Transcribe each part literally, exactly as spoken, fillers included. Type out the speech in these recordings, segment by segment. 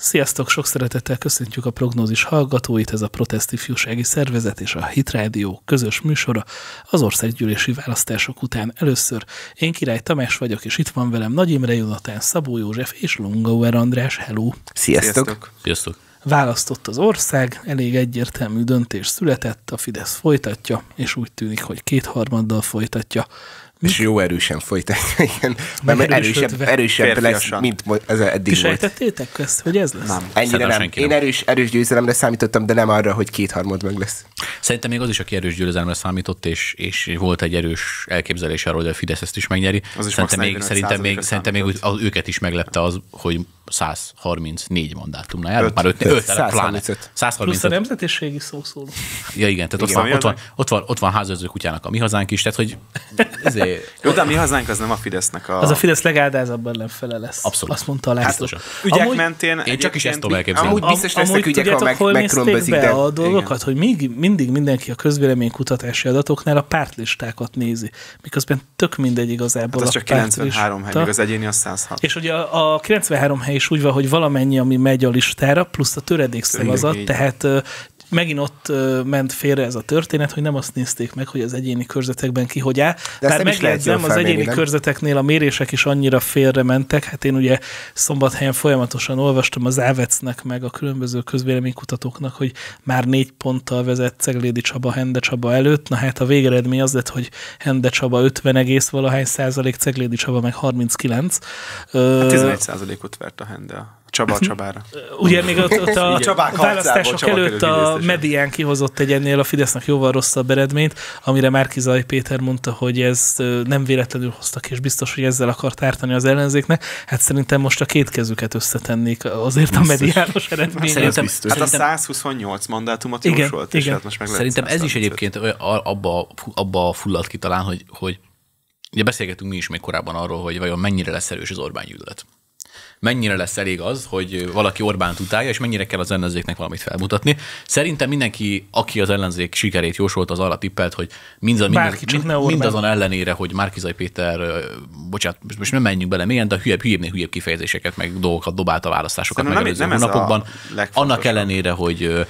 Sziasztok, sok szeretettel köszöntjük a Prognózis hallgatóit, ez a Protest Ifjúsági Szervezet és a Hit Rádió közös műsora az országgyűlési választások után először. Én Király Tamás vagyok, és itt van velem Nagy Imre Jonatán, Szabó József és Lungauer András. Hello! Sziasztok! Sziasztok! Választott az ország, elég egyértelmű döntés született, a Fidesz folytatja, és úgy tűnik, hogy kétharmaddal folytatja. És jó erősen folytatja, igen. Mert erősebb, erősebb lesz, mint ez eddig Ti volt. sejtettétek ezt, hogy ez lesz? Nem. Ennyire nem. Én erős, erős győzelemre számítottam, de nem arra, hogy kétharmad meg lesz. Szerintem még az is, aki erős győzelemre számított, és, és volt egy erős elképzelés arról, hogy a Fidesz ezt is megnyeri. Szerintem még, szerintem még, szerintem még az, őket is meglepte az, hogy száz harmincnégy mandátumnál jár. Már öt, száz harmincöt. Plusz a nemzetiségi szószóló. Ja igen, tehát igen, ott, van, ott, van, ott, van, ott van házőrző kutyának a Mi Hazánk is, tehát hogy ezért... Jó, de a Mi Hazánk az nem a Fidesznek a... Az a Fidesz legáldázabb ellenfele lesz. Abszolút. Azt mondta a László. Hát, ügyek amúgy, mentén... Én csak is ezt tudom elképzelni. Amúgy biztos lesznek ügyek, tudjátok, ha meg, hol megkülönbözik, be de... a dolgokat, igen. Hogy még, mindig mindenki a közvéleménykutatási adatoknál a pártlistákat nézi. Miközben tök mindegy igazából. Hát az csak kilencvenhárom hely, még az egyéni az száz hat. És ugye a, a kilencvenhárom hely is úgy van, hogy valamennyi, ami megy a listára, plusz a töredékszavazat, tehát megint ott ment félre ez a történet, hogy nem azt nézték meg, hogy az egyéni körzetekben ki hogy áll. Bár megjegyzem, az egyéni nem? körzeteknél a mérések is annyira félre mentek. Hát én ugye Szombathelyen folyamatosan olvastam az Ávecnek, meg a különböző közvéleménykutatóknak, hogy már négy ponttal vezet Ceglédi Csaba Hende Csaba előtt. Na hát a végeredmény az lett, hogy Hende Csaba ötven egész valahány százalék, Ceglédi Csaba meg harminckilenc. Hát tizenegy százalékot vert a Hende. Csaba a Csabára. Ugye még ott, ott a választások előtt a Medián kihozott egy ennél a Fidesznek jóval rosszabb eredményt, amire Márki-Zay Péter mondta, hogy ez nem véletlenül hoztak, és biztos, hogy ezzel akart ártani az ellenzéknek. Hát szerintem most a két kezüket összetennék azért a mediános eredmény. Szerintem, hát a száz huszonnyolc mandátumot jósolt, és hát most meg szerintem ez is egyébként abba, abba fulladt ki talán, hogy, hogy ugye beszélgetünk mi is még korábban arról, hogy vajon mennyire lesz erős az Orbán gyűlölet. Mennyire lesz elég az, hogy valaki Orbánt utálja, és mennyire kell az ellenzéknek valamit felmutatni. Szerintem mindenki, aki az ellenzék sikerét jósolt, az arra tippelt, hogy mindaz, minden, mindazon ellenére, hogy Márki-Zay Péter, bocsánat, most nem menjünk bele mélyen, de hülyebb, hülyébbnél hülyebb kifejezéseket, meg dolgokat dobált a választásokat meg előző hónapokban. Annak ellenére, hogy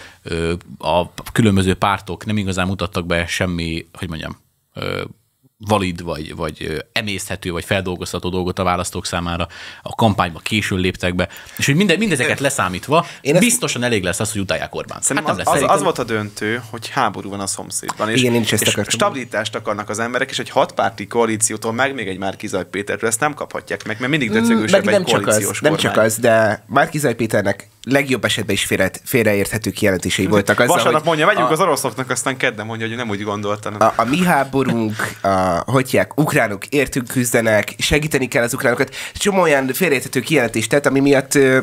a különböző pártok nem igazán mutattak be semmi, hogy mondjam, valid, vagy, vagy emészthető, vagy feldolgozható dolgot a választók számára, a kampányba későn léptek be, és hogy minden, mindezeket leszámítva Én biztosan elég lesz az, hogy utálják Orbánt. Hát az, az, az volt a döntő, hogy háború van a szomszédban, és, igen, és stabilitást akarnak az emberek, és egy hatpárti koalíciótól meg még egy Márki-Zay Pétertől ezt nem kaphatják meg, mert mindig döcögősebb egy koalíciós kormány. Nem csak az, de Márki-Zay Péternek legjobb esetben is félre, félreérthető kijelentései voltak. Azzal, vasárnap mondja, megyünk a... az oroszoknak, aztán kedden mondja, hogy nem úgy gondoltam. A, a mi háborunk, a, hogyják, ukránok értünk küzdenek, segíteni kell az ukránokat. Csomó olyan félreérthető kijelentést tett, ami miatt ö,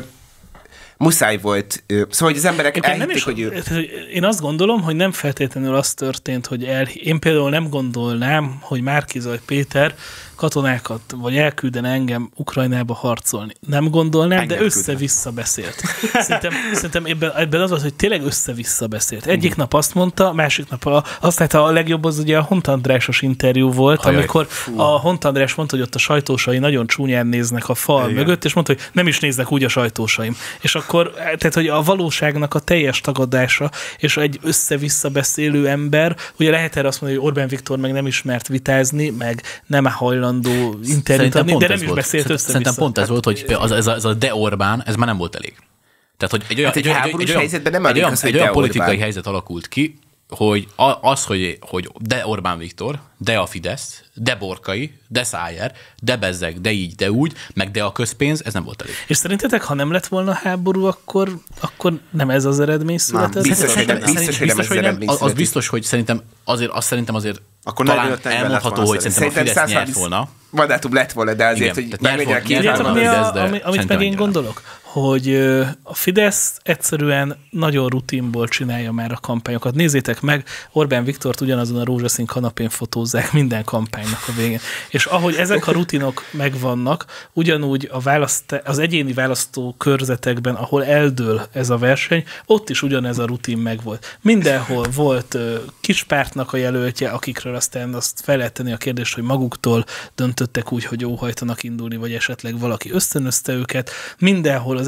muszáj volt. Ö, szóval, hogy az emberek én elhitték, is, hogy ő... Én azt gondolom, hogy nem feltétlenül az történt, hogy el, én például nem gondolnám, hogy Márki-Zay Péter katonákat, vagy elküldene engem Ukrajnába harcolni. Nem gondolnám, engem de össze-vissza beszélt. Szerintem, szerintem ebben, ebben az volt, hogy tényleg össze-vissza beszélt. Egyik nap azt mondta, másik nap a, azt hát a legjobb az ugye a Hont Andrásos interjú volt, Ajaj, amikor fú. a Hont András mondta, hogy ott a sajtósai nagyon csúnyán néznek a fal Igen. mögött, és mondta, hogy nem is néznek úgy a sajtósaim. És akkor, tehát, hogy a valóságnak a teljes tagadása, és egy össze-vissza beszélő ember, ugye lehet erre azt mondani, hogy Orbán Viktor meg nem ismert vitázni, meg nem hajlandó interjút adni, de nem is beszélt össze-vissza. Szerintem pont ez volt, hogy az, ez, a, ez a de Orbán, ez már nem volt elég. Tehát, hogy egy olyan, hát egy, egy, háborús egy, egy, helyzetben nem egy, elég olyan, az, egy olyan politikai Orbán. helyzet alakult ki, hogy az, hogy, hogy de Orbán Viktor, de a Fidesz, de Borkai, de Szájer, de Bezzeg, de így, de úgy, meg de a közpénz, ez nem volt elég. És szerintetek, ha nem lett volna háború, akkor, akkor nem ez az eredmény született? Nem, biztos, hogy nem, biztos, hogy nem ez az eredmény Az biztos, hogy szerintem azért, azt szerintem azért akkor talán elmondható, hogy szerintem a Fidesz nyert volna. Mandátum lett volna, de azért, igen, hogy meglegyen két Fidesz, amit meg én gondolok, hogy a Fidesz egyszerűen nagyon rutinból csinálja már a kampányokat. Nézzétek meg, Orbán Viktort ugyanazon a rózsaszín kanapén fotózzák minden kampánynak a végén. És ahogy ezek a rutinok megvannak, ugyanúgy a választ, az egyéni választó körzetekben, ahol eldől ez a verseny, ott is ugyanez a rutin megvolt. Mindenhol volt uh, kispártnak a jelöltje, akikről aztán azt fel lehet tenni a kérdést, hogy maguktól döntöttek úgy, hogy óhajtanak indulni, vagy esetleg valaki ösztönözte őket. Mindenhol az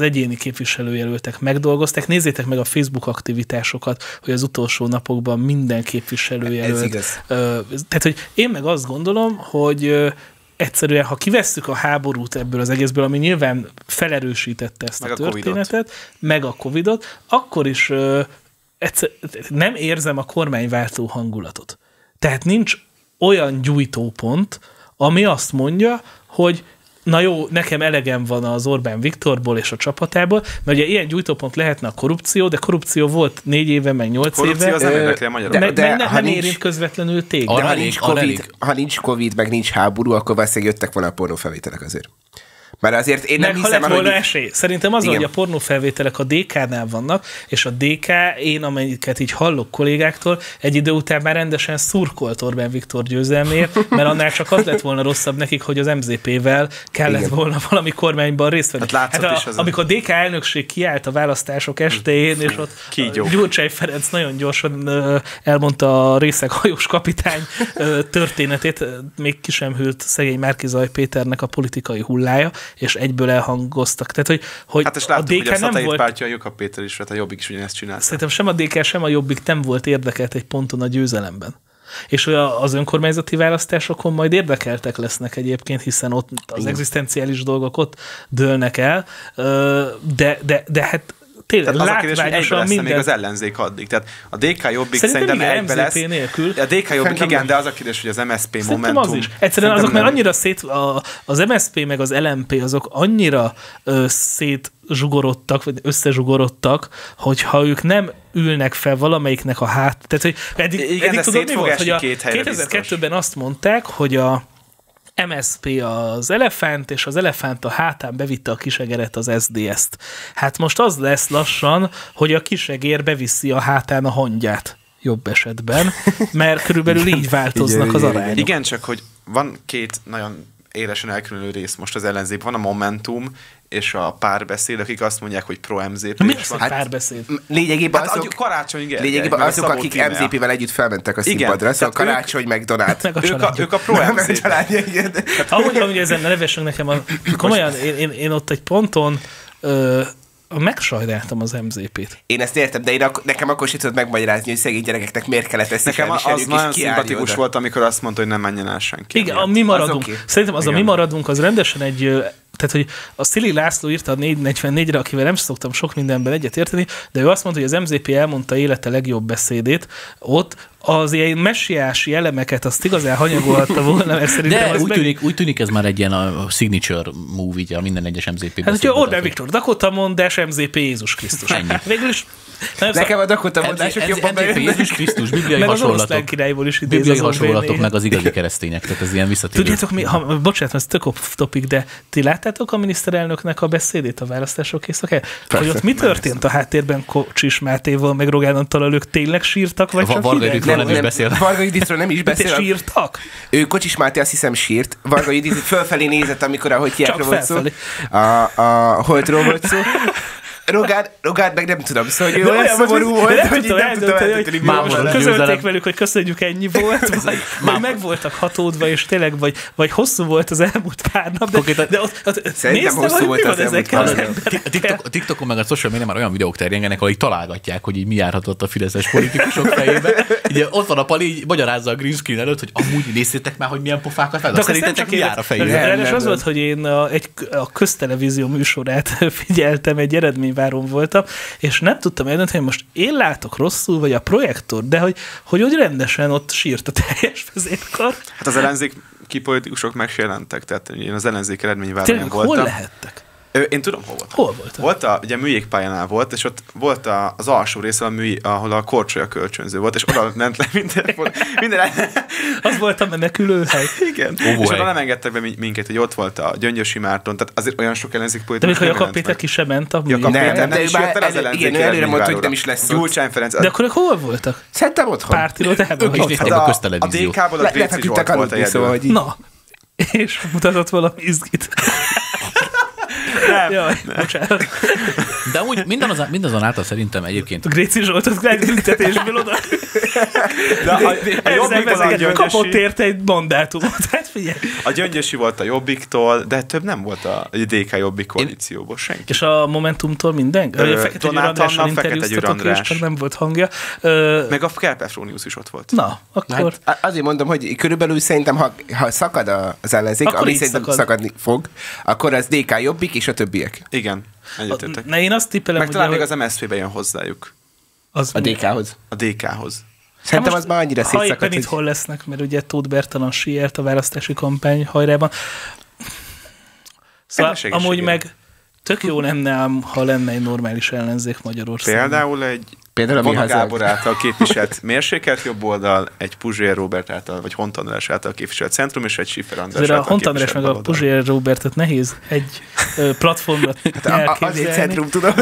az egyéni képviselőjelöltek megdolgozták. Nézzétek meg a Facebook aktivitásokat, hogy az utolsó napokban minden képviselőjelölt. Ez igaz. Tehát, hogy én meg azt gondolom, hogy egyszerűen, ha kivesszük a háborút ebből az egészből, ami nyilván felerősítette ezt meg a, a történetet, Covidot. meg a Covidot, akkor is uh, egyszer, nem érzem a kormányváltó hangulatot. Tehát nincs olyan gyújtópont, ami azt mondja, hogy na jó, nekem elegem van az Orbán Viktorból és a csapatából, mert ugye ilyen gyújtópont lehetne a korrupció, de korrupció volt négy éve, meg nyolc éve. Korrupció az nem érdekli a Magyarországon. De, de, de nem nincs, érint közvetlenül téged. De ha nincs, COVID, ha nincs Covid, meg nincs háború, akkor valószínűleg jöttek volna a pornófelvételek azért. Mert azért én nem meg hiszem, ha lett volna hogy... esély. Szerintem az, hogy a pornófelvételek a dé ká-nál vannak, és a dé ká, én amelyiket így hallok kollégáktól, egy idő után már rendesen szurkolt Orbán Viktor győzelmért, mert annál csak az lett volna rosszabb nekik, hogy az em zé pé-vel kellett Igen. volna valami kormányban részt venni. Hát, hát a, is az amikor a dé ká elnökség kiállt a választások estéjén, és ott Gyurcsány Ferenc nagyon gyorsan elmondta a részeghajós kapitány történetét, még ki sem hűlt szegény Márki-Zay Péternek a politikai hullája, és egyből elhangoztak. Tehát, hogy, hogy hát és láttuk, a dé ká hogy a nem volt... pártja a Jakab Péter is, a Jobbik is ugyanezt csinálta. Szerintem sem a dé ká, sem a Jobbik nem volt érdekelt egy ponton a győzelemben. És az önkormányzati választásokon majd érdekeltek lesznek egyébként, hiszen ott az Igen. egzisztenciális dolgok ott dőlnek el, de, de, de hát tényleg tehát az a kérdés, hogy egybe lesz minden... még az ellenzék addig. Tehát a dé ká Jobbik szerintem, szerintem igen, egybe lesz. Nélkül. A dé ká Jobbik igen, de az a kérdés, hogy az em es zé pé szerintem Momentum... Az is. Egyszerűen azok már annyira szét... A, az em es zé pé meg az el em pé azok annyira ö, szétzsugorodtak, vagy összezsugorodtak, hogyha ők nem ülnek fel valamelyiknek a hát... Tehát, hogy eddig, igen, eddig tudod, mi volt? Hogy a kétezer-kettőben azt mondták, hogy a em es zé pé az elefánt, és az elefánt a hátán bevitte a kisegeret, az es zé dé es-t. Hát most az lesz lassan, hogy a kisegér beviszi a hátán a hangyát jobb esetben, mert körülbelül így változnak igen, az arányok. Igen, csak hogy van két nagyon élesen elkülönülő rész most az ellenzék. Van a Momentum és a Párbeszéd, akik azt mondják, hogy pro-em zé pé. Mi az, hogy hát, párbeszéd? Lényegében hát azok, Karácsony Gergely, lényegében azok akik em zé pével együtt felmentek a színpadra, szóval Karácsony meg Donát. Meg a ők, a, ők a pro-em zé pé. Ahogy van, hogy ezen nevessünk nekem, a, komolyan, én, én, én ott egy ponton ö, megsajnáltam az em zé pét. Én ezt értem, de én ak- nekem akkor sem tudod megmagyarázni, hogy szegény gyerekeknek miért kellett ezt nekem az nagyon szimpatikus volt, amikor azt mondta, hogy nem menjen el senki. Igen, a mi maradunk. Okay. Szerintem az Igen. a mi maradunk, az rendesen egy, tehát hogy a Szili László írta a négyszáznegyvennégyre, akivel nem szoktam sok mindenben egyet érteni, de ő azt mondta, hogy az em zé pé elmondta élete legjobb beszédét, ott az ilyen messiási elemeket azt igazán hanyagolhatta volna, mert szerintem de az úgy, meg... tűnik, úgy tűnik ez már egy ilyen a signature move, így a minden egyes em zé pé hát, hogyha Orbán Viktor Dakota mondás, em zé pé Jézus Krisztus. Ennyi. Végül is nekem a Dakota mondások jobban bejönnek. Jézus Krisztus, bibliai meg hasonlatok. Az királyból is idéz bibliai hasonlatok, meg az igazi keresztények, tehát ez ilyen visszatérő. Tudjátok mi, ha, bocsánat, ez tök off topic, de ti láttátok a miniszterelnöknek a beszédét a választások éjszakáján? Hogy ott mi történt a háttérben Kocsis Mátéval, meg Rogán Antallal, ők tényleg sírtak, vagy csak Varga Juditról nem is beszél. Varga Juditról nem is beszél. De sírtak? Ő Kocsis Máté azt hiszem sírt. Varga Judit fölfelé nézett, amikor a Hotyákról volt szó. A, a Holdról volt szó. Rogán, Rogán meg nem tudom, szóval hogy ő olyan szomorú volt, hogy nem tudtam eldönteni. Közölték velük, hogy köszönjük, ennyi volt, vagy, vagy meg voltak hatódva, és tényleg, vagy, vagy hosszú volt az elmúlt pár nap, de, de ott, ott szerintem hosszú volt az elmúlt pár nap. A TikTokon meg a social media már olyan videók terjengenek, ahol így találgatják, hogy így mi járhatott a fideszes politikusok fejébe. Ugye ott van a Pali, így magyarázza a green screen előtt, hogy amúgy nézzétek már, hogy milyen pofákat fel. De szerintetek mi jár a fejébe? És az volt, hogy én a, egy, a köztelevízió műsorát figyeltem, egy eredményváron voltam, és nem tudtam eldönteni, hogy most én látok rosszul, vagy a projektor, de hogy, hogy úgy rendesen ott sírt a teljes vezérkar. Hát az ellenzéki politikusok meg se jelentek, tehát én az ellenzék eredményváron voltam. Hol lehettek? Én tudom, hol volt. Hol volt? Volt a, ugye műjégpályánál volt, és ott volt a, az alsó része, a műj, ahol a korcsolya kölcsönző volt, és oda ment le minden... minden az volt a menekülőhely. Igen. Oh, és oda nem engedtek be minket, hogy ott volt a Gyöngyösi Márton, tehát azért olyan sok ellenzék politikus. De mikor Jakab Péter ki sem ment a Jakab Péter nem is jött el az ellenzék. Igen, előre mondta, hogy nem is lesz Gyurcsány Ferenc. De akkor hol voltak? Szerintem otthon. Pártirodában. Ők is nézték a köztelevíziót. A dé ká-ból a Gréci Zsolt volt a jegyző. Na, és mutatott valami izgit. Nem, Jaj, nem. Bocsánat. De úgy mindazon, mindazonáltal szerintem egyébként... A Gréci Zsoltot büntetésből oda. De a, a, a kapott érte egy mandátumot. Hát figyelj. A Gyöngyösi volt a Jobbiktól, de több nem volt a dé ká Jobbik koalícióból senki. És a Momentumtól minden? Ö, Fekete Győr Andrással interjúztatok, és csak nem volt hangja. Ö, Meg a Kerpefrónius is ott volt. Na, akkor... Hát, azért mondom, hogy körülbelül szerintem, ha, ha szakad az ellenzék, akkor ami szerintem szakad. szakadni fog, akkor az dé ká Jobbik és a többiek. Igen, egyetértek. Ne, én azt tippelem, Meg talán hogy még az em es zé be jön hozzájuk. az A dé ká-hoz. A dé ká-hoz. Szerintem hát az már annyira ha éppen szétszakadt, itt hogy... hol lesznek, mert ugye Tóth Bertalan siert a választási kampány hajrában. Szóval Ennek amúgy segítségére. meg tök jó lenne, ha lenne egy normális ellenzék Magyarországon. Például egy Például a mi Vona hazánk. Gábor által képviselt mérsékelt jobb oldal, egy Puzsér Róbert által, vagy Hont András által képviselt centrum, és egy Schiffer András Azért a által Hont András meg képviselt a baloldal. Puzsér Robertet nehéz egy ö, platformra Hát a- a- azért elképzelni. centrum, tudom.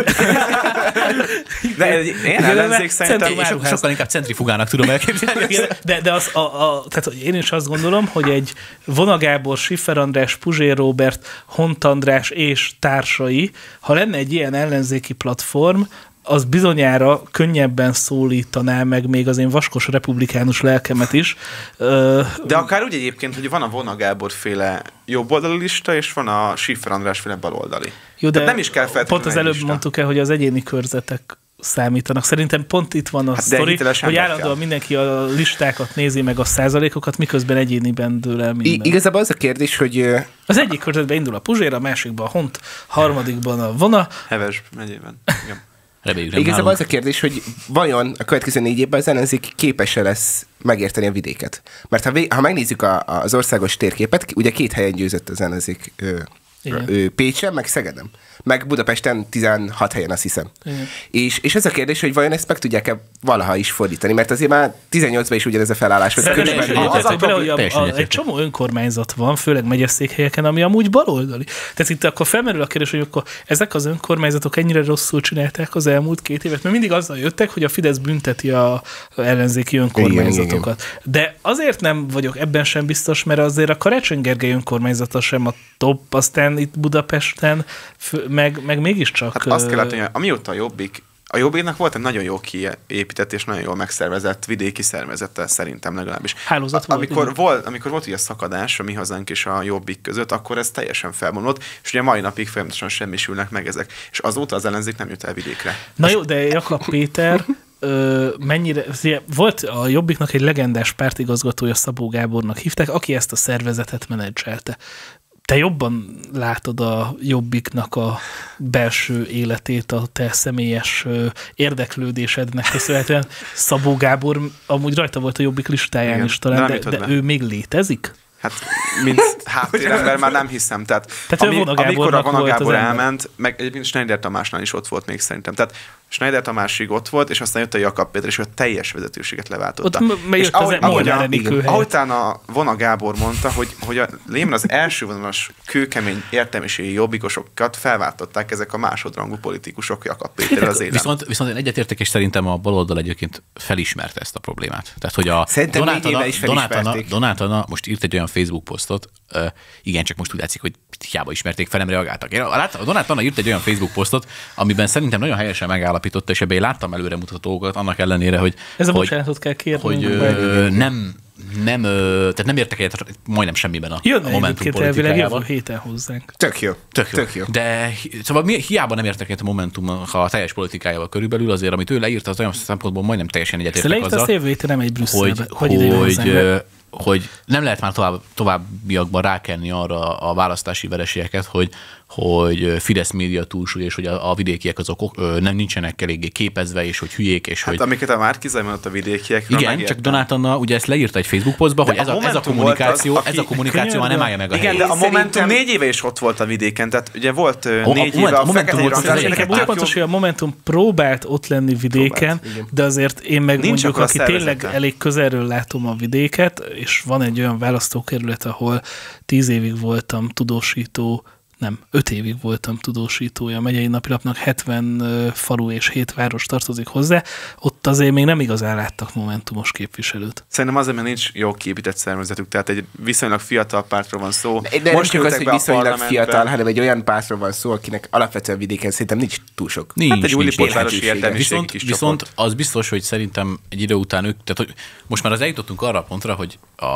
De egy ilyen ellenzék szerintem... centrum És áruház. sokkal inkább centrifugának tudom elképzelni. Igen, De, de az, a, a, tehát hogy én is azt gondolom, hogy egy Vona Gábor, Schiffer András, Puzsér Róbert, Hont András és társai, ha lenne egy ilyen ellenzéki platform, az bizonyára könnyebben szólítaná meg még az én vaskos republikánus lelkemet is. Ö, De akár úgy egyébként, hogy van a Vona Gábor féle jobboldali lista, és van a Schiffer András féle baloldali. Jó, de Tehát nem is kell feltétlenül pont az egy előbb lista. mondtuk el, hogy az egyéni körzetek számítanak. Szerintem pont itt van a Hát de sztori, hiteles hogy ember állandóan kell. mindenki a listákat nézi, meg a százalékokat, miközben egyéniben dől el minden. I- igazából az a kérdés, hogy ö, Az egyik körzetben indul a Puzsér, a másikban a Hont, harmadikban a Vona. Heves megyében. Igen. Reméljük nem igazából nálunk. az a kérdés, hogy vajon a következő négy évben az ellenzék képes-e lesz megérteni a vidéket? Mert ha, vé- ha megnézzük a, az országos térképet, ugye két helyen győzött az ellenzék ö, Igen. ö, Pécsen, meg Szegeden. Meg Budapesten tizenhat helyen, azt hiszem. Igen. És, és ez a kérdés, hogy vajon ezt meg tudják-e valaha is fordítani, mert azért már tizennyolcban is ugyanez a felállás volt. Szerintem Teljesen az egyetértek. a bele, hogy a, Teljesen a, egy egyetértek. csomó önkormányzat van, főleg megyeszékhelyeken, ami amúgy baloldali. Tehát itt akkor felmerül a kérdés, hogy akkor ezek az önkormányzatok ennyire rosszul csinálták az elmúlt két évet, mert mindig azzal jöttek, hogy a Fidesz bünteti a a ellenzéki önkormányzatokat. De azért nem vagyok ebben sem biztos, mert azért a Karácsony Gergely önkormányzata sem a top, aztán itt Budapesten, fő- meg, meg mégiscsak... Hát azt kell ö, látni, hogy amióta a Jobbik, a Jobbiknak volt egy nagyon jó kiépített és nagyon jól megszervezett vidéki szervezete, szerintem legalábbis. Hálózat A- volt, amikor igen. volt, amikor volt ugye a szakadás a Mi Hazánk és a Jobbik között, akkor ez teljesen felbomlott, és ugye mai napig folyamatosan semmisülnek meg ezek. És azóta az ellenzék nem jut el vidékre. Na jó, de Jakab Péter ö, mennyire... Volt a Jobbiknak egy legendás pártigazgatója, Szabó Gábornak hívták, aki ezt a szervezetet menedzselte. Te jobban látod a Jobbiknak a belső életét, a te személyes ö, érdeklődésednek köszönhetően. Szabó Gábor amúgy rajta volt a Jobbik listáján Igen, is talán, de de, nem de, jutott de be. ő még létezik? Hát, mint háttérember már nem hiszem. Tehát, Tehát ő ami, Vona amikor a Gábornak Vona volt az Gábor ember. elment, meg egyébként Schneider Tamásnál is ott volt még szerintem. Tehát Schneider Tamásig ott volt, és aztán jött a Jakab Péter, és ő a teljes vezetőséget leváltotta. Ott m- jött és az ahogy, ahogy, Molnár a, Enikő igen, helyett. ahogy utána Vona Gábor mondta, hogy, hogy a lényegében az első vonalas kőkemény értelmiségi jobbikosokat felváltották ezek a másodrangú politikusok Jakab Péter az élen. Viszont, viszont én egyetértek, és szerintem a baloldal egyébként felismerte ezt a problémát. Tehát, hogy a Szerintem négy Donátana, éve is Donátana, felismerték. Donátana most írt egy olyan Facebook posztot, uh, igen, csak most úgy látszik, hogy hiába ismerték fel, nem reagáltak. Én láttam, a Donátana írt egy olyan Facebook posztot, amiben szerintem nagyon helyesen megállapította, és ebben én láttam előremutatókat, annak ellenére, hogy, Ez a hogy, bocsánatot kell kérni. hogy ö, nem, nem, ö, tehát nem értek egyet majdnem semmiben a, a Jönne Momentum egyébként elvileg jövő politikájával. héten hozzánk. tök jó. Tök jó. Tök jó. De hi- szóval mi, hiába nem értek egyet a Momentum a teljes politikájával körülbelül, azért, amit ő leírt, az olyan szempontból majdnem teljesen Ezt egyetértek leírta, azt azzal, jövő héten nem egy hogy, Brüsszelbe. hogy, ide jön hogy, hozzánk. ö, hogy nem lehet már tovább, továbbiakban rákenni arra a választási vereségeket, hogy, hogy Fidesz média túlsúly, és hogy a, a vidékiek azok ö, nem nincsenek eléggé képezve, és hogy hülyék, és Hát hogy... amiket a Márki-Zaj mondott a vidékiekről, Igen, megértem. csak Donát Anna ugye ezt leírta egy Facebook posztba, hogy a ez a, ez a Momentum kommunikáció, volt az, ez a aki- kommunikáció már nem állja meg a Igen, helyét. de a Én Momentum szerintem- négy éve is ott volt a vidéken, tehát ugye volt ö, A- a négy Momentum- éve a a Momentum Fekete volt az Győr András, egyik Nekem akinek úgy tök pontos, jó- hogy a Momentum próbált ott lenni vidéken, Próbált, igen. de azért én meg Nincs mondjuk, akkor a aki tényleg szervezete. elég közelről látom a vidéket, és van egy olyan választókerület, ahol tíz évig voltam tudósító, nem, öt évig voltam tudósítója a megyei napilapnak, hetven ö, falu és hét város tartozik hozzá, ott azért még nem igazán láttak momentumos képviselőt. Szerintem azért, mert nincs jó kiépített szervezetük, tehát egy viszonylag fiatal pártról van szó. De most csak az, ültek hogy be a viszonylag parlamentbe. fiatal, hanem egy olyan pártról van szó, akinek alapvetően vidéken szerintem nincs túl sok. Nincs, Hát egy nincs, újlipótvárosi lehetősége. értelmiségi Viszont, kis viszont az biztos, hogy szerintem egy idő után ők, tehát hogy most már az eljutottunk arra a pontra, hogy a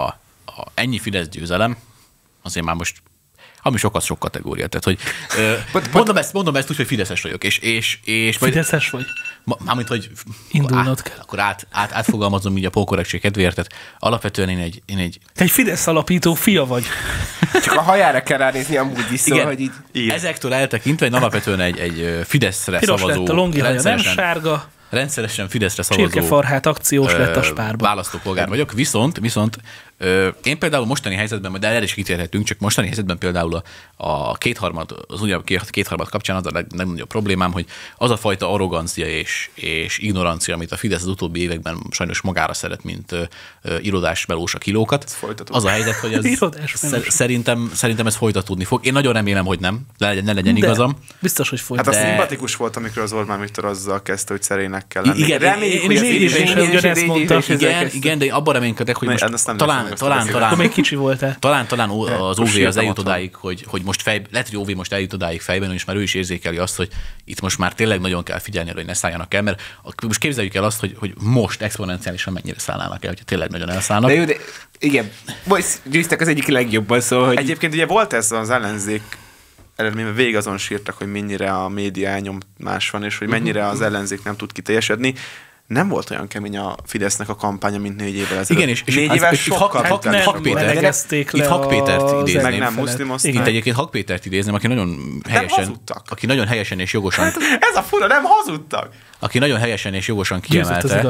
a ennyi Fidesz győzelem, azért már most ami sokat sok kategória. Tehát, hogy ö, mondom, ezt, mondom ezt úgy, hogy fideszes vagyok. És, és, és fideszes vagy? Mármint, hogy indulnod kell. Akkor át, át, átfogalmazom így a pókorregség kedvéért. Tehát alapvetően én egy, én egy... Te egy Fidesz alapító fia vagy. Csak a hajára kell ránézni amúgy is, szóval, hogy így... Igen. Ezektől eltekintve én alapvetően egy, egy Fideszre Piros szavazó... Piros lett a longi haja, nem sárga. Rendszeresen Fideszre szavazó... Csirkefarhát akciós ö, lett a Spárban. Választópolgár vagyok, viszont, viszont ö, én például mostani helyzetben, de erre is kitérhetünk, csak mostani helyzetben például a, a kétharmad, az újabb kétharmad kapcsán az a leg, legnagyobb problémám, hogy az a fajta arrogancia és, és ignorancia, amit a Fidesz az utóbbi években sajnos magára szeret, mint ö, ö, irodás melós a kilókat. Az a helyzet, hogy az szerintem, szerintem ez folytatódni fog. Én nagyon remélem, hogy nem, ne legyen, ne legyen de igazam. Biztos, hogy folytatódni. Hát az szimpatikus volt, amikor az Orbán Viktor azzal kezdte, hogy szerénynek kell lenni. Igen, reméljük, hogy ugyanezt mondta. Igen, igen, de abban reménykedek, hogy most talán, talán, talán, akkor még kicsi voltál. Talán, talán az ó vé az eljut odáig, hogy, hogy most fej, lehet, hogy ó vé most eljut odáig fejben, és már ő is érzékeli azt, hogy itt most már tényleg nagyon kell figyelni, hogy ne szálljanak el, mert most képzeljük el azt, hogy, hogy most exponenciálisan mennyire szállnának el, hogyha tényleg nagyon elszállnak. De jó, de igen, most győztek az egyik legjobban, szóval, hogy... Egyébként ugye volt ez az ellenzék eredményben végig azon sírtak, hogy mennyire a média elnyomás van, és hogy mennyire az ellenzék nem tud kiteljesedni. Nem volt olyan kemény a Fidesznek a kampánya, mint négy évvel ezelőtt. Igen, és, és négy éves sokkal Hak Pétert itt Hak Pétert idézném. Meg nem muszlim osztály. Itt egyébként Hak Pétert idézném, aki nagyon helyesen, aki nagyon helyesen és jogosan... Hát ez a fura, nem hazudtak! Aki nagyon helyesen és jogosan kiemelte...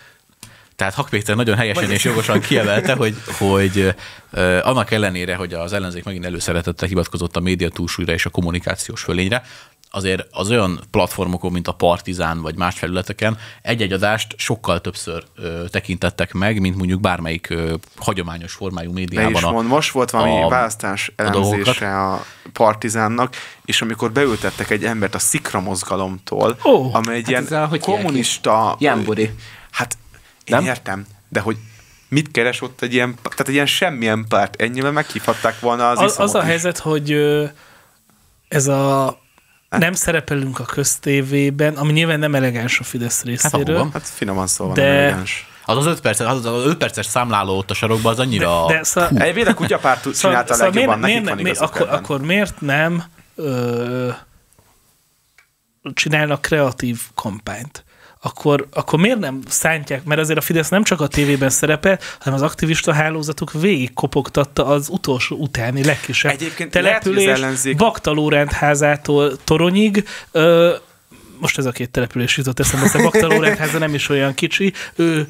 Tehát Hak Péter nagyon helyesen és jogosan kiemelte, hogy, hogy uh, annak ellenére, hogy az ellenzék megint előszeretettel hivatkozott a média túlsúlyra és a kommunikációs fölényre, azért az olyan platformokon, mint a Partizán vagy más felületeken egy-egy adást sokkal többször ö, tekintettek meg, mint mondjuk bármelyik ö, hagyományos formájú médiában. A, mond, most volt valami a, választás elemzése a, a Partizánnak, és amikor beültettek egy embert a Szikra mozgalomtól, oh, amely egy hát ilyen kommunista... Jánbori. Hát én nem? értem, de hogy mit keres ott egy ilyen, tehát egy ilyen semmilyen párt, ennyivel meghívhatták volna az Az, az a is. helyzet, hogy ö, ez a nem szerepelünk a köztévében, ami nyilván nem elegáns a Fidesz részéről. Hát, hát finoman szólva de... nem elegáns. Az az öt perces, az az öt perces számláló ott a sarokban, az annyira... De, de szóval... Egyébként a kutyapárt csinálta szóval, a legjobban, szóval nekik van miért, akkor, akkor miért nem ö, csinálnak kreatív kampányt? Akkor, akkor miért nem szántják, mert azért a Fidesz nem csak a tévében szerepel, hanem az aktivista hálózatuk végig kopogtatta az utolsó utáni legkisebb Egyébként település, lehet, ellenzék... Bakta Lóránt házától Toronyig, ö, most ez a két település jutott eszembe, a Bakta Lóránt háza nem is olyan kicsi, ő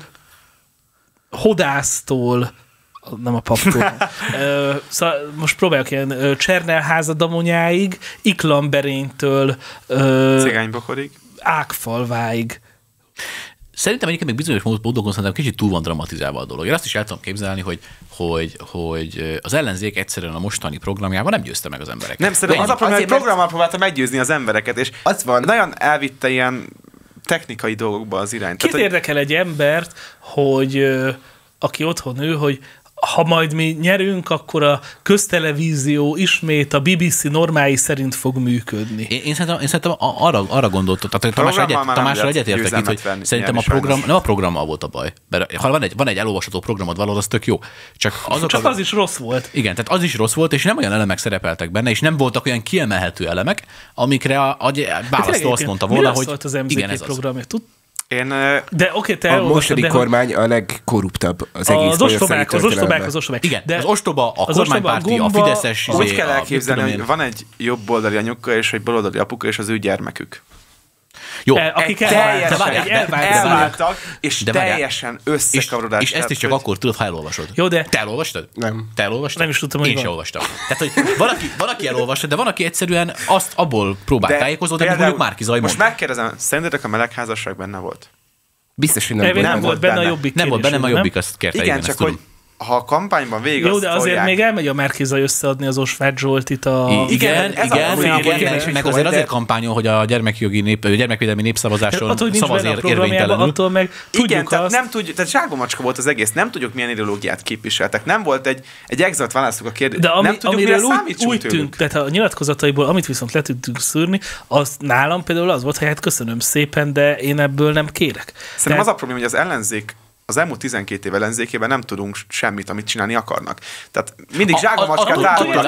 Hodásztól, nem a paptól, ö, szóval most próbáljuk ilyen Csernelháza Damonyáig, Iklamberénytől Cigánybokorig, Ágfalváig. Szerintem egyébként még bizonyos módokon szerintem kicsit túl van dramatizálva a dolog. Én azt is el tudom képzelni, hogy, hogy, hogy az ellenzék egyszerűen a mostani programjában nem győzte meg az embereket. Nem, szerintem az a probléma, hogy programmal próbálta meggyőzni az embereket, és az van. Nagyon elvitte ilyen technikai dolgokba az irányt. Kit Tehát, érdekel egy embert, hogy aki otthon ő, hogy ha majd mi nyerünk, akkor a köztelevízió ismét a bé bé cé normái szerint fog működni. Én, én szerintem, én szerintem arra, arra gondoltam, tehát Tamásra egyet, Tamásra egyetértek itt, hogy szerintem a program, nem a programmal volt a baj. Mert ha van egy, van egy elolvasható programod valahol, az tök jó. Csak, azok Csak az, az is rossz volt. Igen, tehát az is rossz volt, és nem olyan elemek szerepeltek benne, és nem voltak olyan kiemelhető elemek, amikre a, a választó azt mondta volna, hogy volt az em zé ká igen, ez programja? Tud? Én, de oké, te a mostani de kormány a legkorruptabb az egész az ostobák, az ostobák, az ostobák. Igen, de az ostoba, a az kormánypárti, a fideszes... Úgy izé, kell elképzelni, hogy én... van egy jobboldali anyuka és egy baloldali apuka, és az ő gyermekük. Jó, e, akik elváltak, elváltak, és de teljesen összekavarodás. És, és ezt is csak hogy... akkor tudod, ha elolvasod. Jó, de... Te elolvastad? Nem. Te elolvastad? Nem is tudtam, hogy Én van. sem olvastam. Tehát, hogy valaki, valaki elolvasta, de van, aki egyszerűen azt abból próbál tájékozódni, amit mondjuk Márki Zaj most megkérdezem, szerintetek a melegházasság benne volt? Biztos, hogy nem, nem, volt, nem volt benne, benne a Jobbik. Nem volt benne, a Jobbik azt kérte. Igen, csak hogy ha a kampányban végig Jó, de azért tolják. Még elmegy a Márki Zaj összeadni az Osváth Zsoltit a... Igen, igen, igen, igen, igen, igen meg azért azért kampányol, hogy a gyermekjogi nép, gyermekvédelmi népszavazáson attól, szavaz érvénytelenül. Attól meg tudjuk igen, azt... tehát nem tudjuk, tehát zsákbamacska volt az egész, nem tudjuk milyen ideológiát képviseltek, nem volt egy, egy exakt válaszuk a kérdés. De ami, nem tudjuk, amiről mire úgy, úgy tűnt, tehát a nyilatkozataiból, amit viszont le tudtunk szűrni, az nálam például az volt, hogy hát köszönöm szépen, de én ebből nem kérek. Szerintem tehát... az a probléma, hogy az ellenzék az elmúlt tizenkét év ellenzékében nem tudunk semmit, amit csinálni akarnak. Tehát mindig zsákmacskát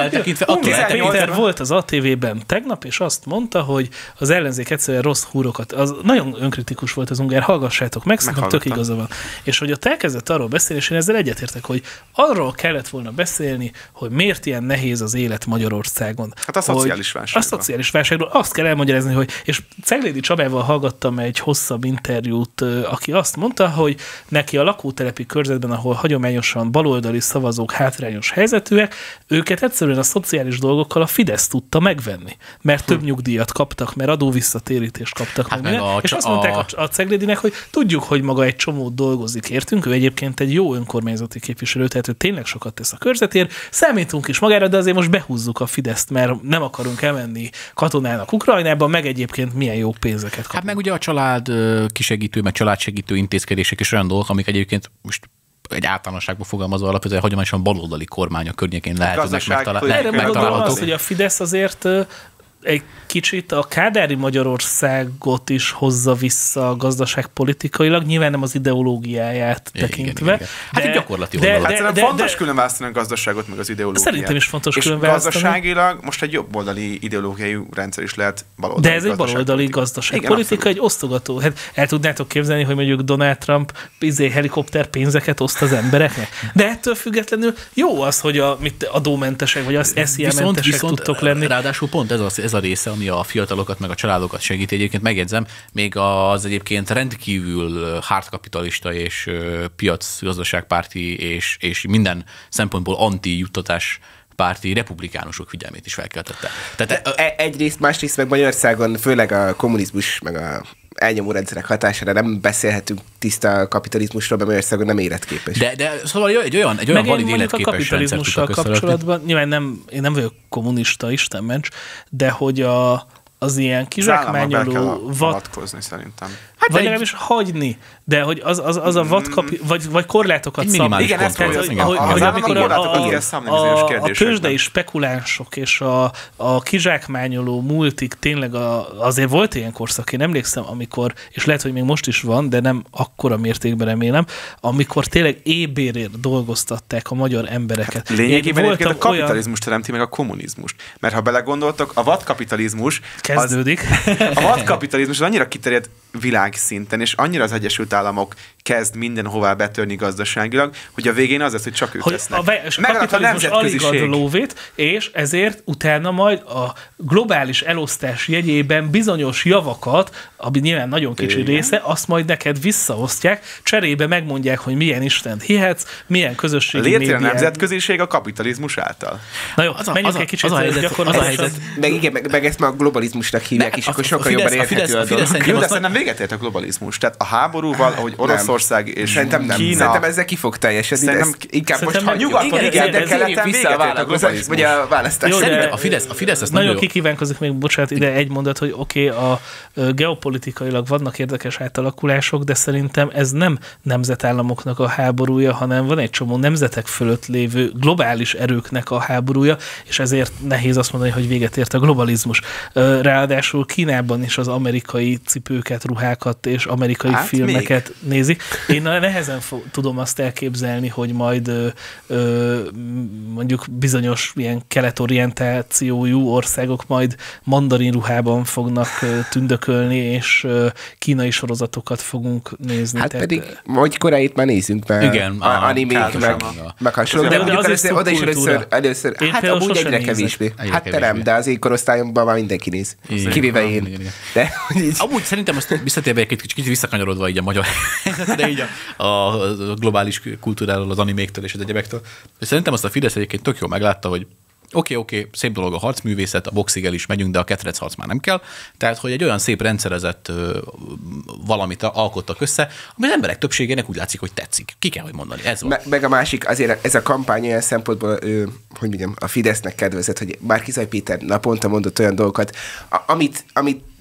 állnak. Péter volt az á té vében tegnap, és azt mondta, hogy az ellenzék egyszerűen rossz húrokat, az nagyon önkritikus volt az Ungár, hallgassátok meg, szerintem tök igaza van. És hogy ott elkezdett arról beszélni, és én ezzel egyetértek, hogy arról kellett volna beszélni, hogy miért ilyen nehéz az élet Magyarországon. Hát a szociális válságról. A szociális válságról. Azt kell elmagyarázni, hogy, és Ceglédi Csabával hallgattam egy hosszabb interjút, aki azt mondta, hogy neki a lakótelepi körzetben, ahol hagyományosan baloldali szavazók hátrányos helyzetűek, őket egyszerűen a szociális dolgokkal a Fidesz tudta megvenni. Mert több nyugdíjat kaptak, mert adóvisszatérítést kaptak. Hát meg meg a, és azt mondták a, a Ceglédinek, hogy tudjuk, hogy maga egy csomót dolgozik értünk, ő egyébként egy jó önkormányzati képviselő, tehát ő tényleg sokat tesz a körzetért, számítunk is magára, de azért most behúzzuk a Fideszt, mert nem akarunk elmenni katonának Ukrajnába, meg egyébként milyen jó pénzeket kapunk. Hát meg ugye a család kisegítő, meg családsegítő intézkedések és olyan dolgok, amik egyébként most egy általánosságban fogalmazva alapvetően hagyományosan baloldali kormány a környékén lehetőnek megtalálni. Erre megmondom azt, hogy a Fidesz azért egy kicsit a kádári Magyarországot is hozza vissza gazdaságpolitikailag, nyilván nem az ideológiáját igen, tekintve. Igen, igen. Hát egy gyakorlati de, de, de, de fontos de, külön választani a gazdaságot, meg az ideológiát. Szerintem is fontos és külön választani. Gazdaságilag most egy jobboldali ideológiai rendszer is lehet baloldali. De ez egy baloldali gazdaságpolitika, egy osztogató. Hát el tudnátok képzelni, hogy mondjuk Donald Trump izé, helikopter pénzeket oszt az embereknek? De ettől függetlenül jó az, hogy a mit, adómentesek, vagy az es zé á-mentesek tudtok lenni. Ráadásul pont ez az, ez a része, ami a fiatalokat meg a családokat segíti. Egyébként megjegyzem, még az egyébként rendkívül hardkapitalista és piacgazdaságpárti és, és minden szempontból anti-juttatás párti republikánusok figyelmét is felkeltette. Tehát e- egyrészt, másrészt meg Magyarországon főleg a kommunizmus meg a elnyomó rendszerek hatására nem beszélhetünk tiszta kapitalizmusról, mert Magyarországon nem életképes. De, de szóval egy olyan, egy olyan valid életképes a kapitalizmussal kapcsolatban, nyilván nem, én nem vagyok kommunista, Isten ments, de hogy a, az ilyen kizsákmányoló vatkozni szerintem. Hát vagy legalábbis hagyni, de hogy az, az, az a vadkapi, vagy, vagy korlátokat szabni. Igen, ezt tehát, hogy, hogy, hogy amikor a, a, a, a tőzsdei spekulánsok és a, a kizsákmányoló multik tényleg a, azért volt ilyen korszak, én emlékszem, amikor, és lehet, hogy még most is van, de nem akkora mértékben remélem, amikor tényleg éhbérért dolgoztatták a magyar embereket. Hát lényegében egyébként a kapitalizmus teremti meg a kommunizmust. Mert ha belegondoltok, a vadkapitalizmus kezdődik. Az, a vadkapitalizmus az annyira kiterjedt világszinten, és annyira az Egyesült Államok kezd mindenhová betörni gazdaságilag, hogy a végén az lesz, hogy csak ők hogy lesznek. A, és a kapitalizmus alig ad lóvét, és ezért utána majd a globális elosztás jegyében bizonyos javakat, ami nyilván nagyon kicsi igen. része, azt majd neked visszaosztják, cserébe megmondják, hogy milyen Istent hihetsz, milyen közösségi médián. Létre a nemzetköziség a kapitalizmus által. Na jó, az a, menjünk az egy kicsit gyakorlatilag. Meg igen, meg, meg ezt már a globalizmusnak hívják, ne, és akkor sokkal jobban érthető a dolog. De nem véget ért a globalizmus. Tehát a háborúval, ahogy Oroszország és szerintem nem. Kína... Szerintem ezzel ki fog teljesedni. Szerintem inkább szerintem most, ha nyugaton igen, de keleten véget ért a globalizmus. Vagy a választás. Jó, de a Fidesz, a Fidesz ezt nagyon kikívánkozik még, bocsánat, ide egy mondat, hogy oké, okay, a geopolitikailag vannak érdekes átalakulások, de szerintem ez nem nemzetállamoknak a háborúja, hanem van egy csomó nemzetek fölött lévő globális erőknek a háborúja, és ezért nehéz azt mondani, hogy véget ért a globalizmus. Ráadásul Kínában is az amerikai cipőket, ruhákat és amerikai hát filmeket még? nézik. Én nehezen fog, tudom azt elképzelni, hogy majd ö, ö, mondjuk bizonyos ilyen keletorientációjú országok majd mandarin ruhában fognak ö, tündökölni, és ö, kínai sorozatokat fogunk nézni. Hát tehát, pedig majd koráit már nézünk, mert igen, animék meg, meg hasonló. De, de mondjuk először, oda is először, először hát amúgy egyre kevésbé. Hát te nem, de az én korosztályomban már mindenki néz. Kivéve én. De, amúgy szerintem azt visszatérve egy kicsit visszakanyarodva így a magyar helyzetre, így a, a globális kultúráról, az animéktől és az egyebektől. Szerintem azt a Fidesz egyébként tök jól meglátta, hogy oké, okay, oké, okay, szép dolog a harcművészet, a boxig el is megyünk, de a ketrecharc már nem kell. Tehát, hogy egy olyan szép rendszerezett ö, valamit alkottak össze, ami az emberek többségének úgy látszik, hogy tetszik. Ki kell, hogy mondani. Ez van. Me- meg a másik, azért ez a kampány olyan szempontból, ő, hogy mondjam, a Fidesznek kedvezett, hogy Márki-Zay Péter naponta mondott olyan dolgokat, amit, amit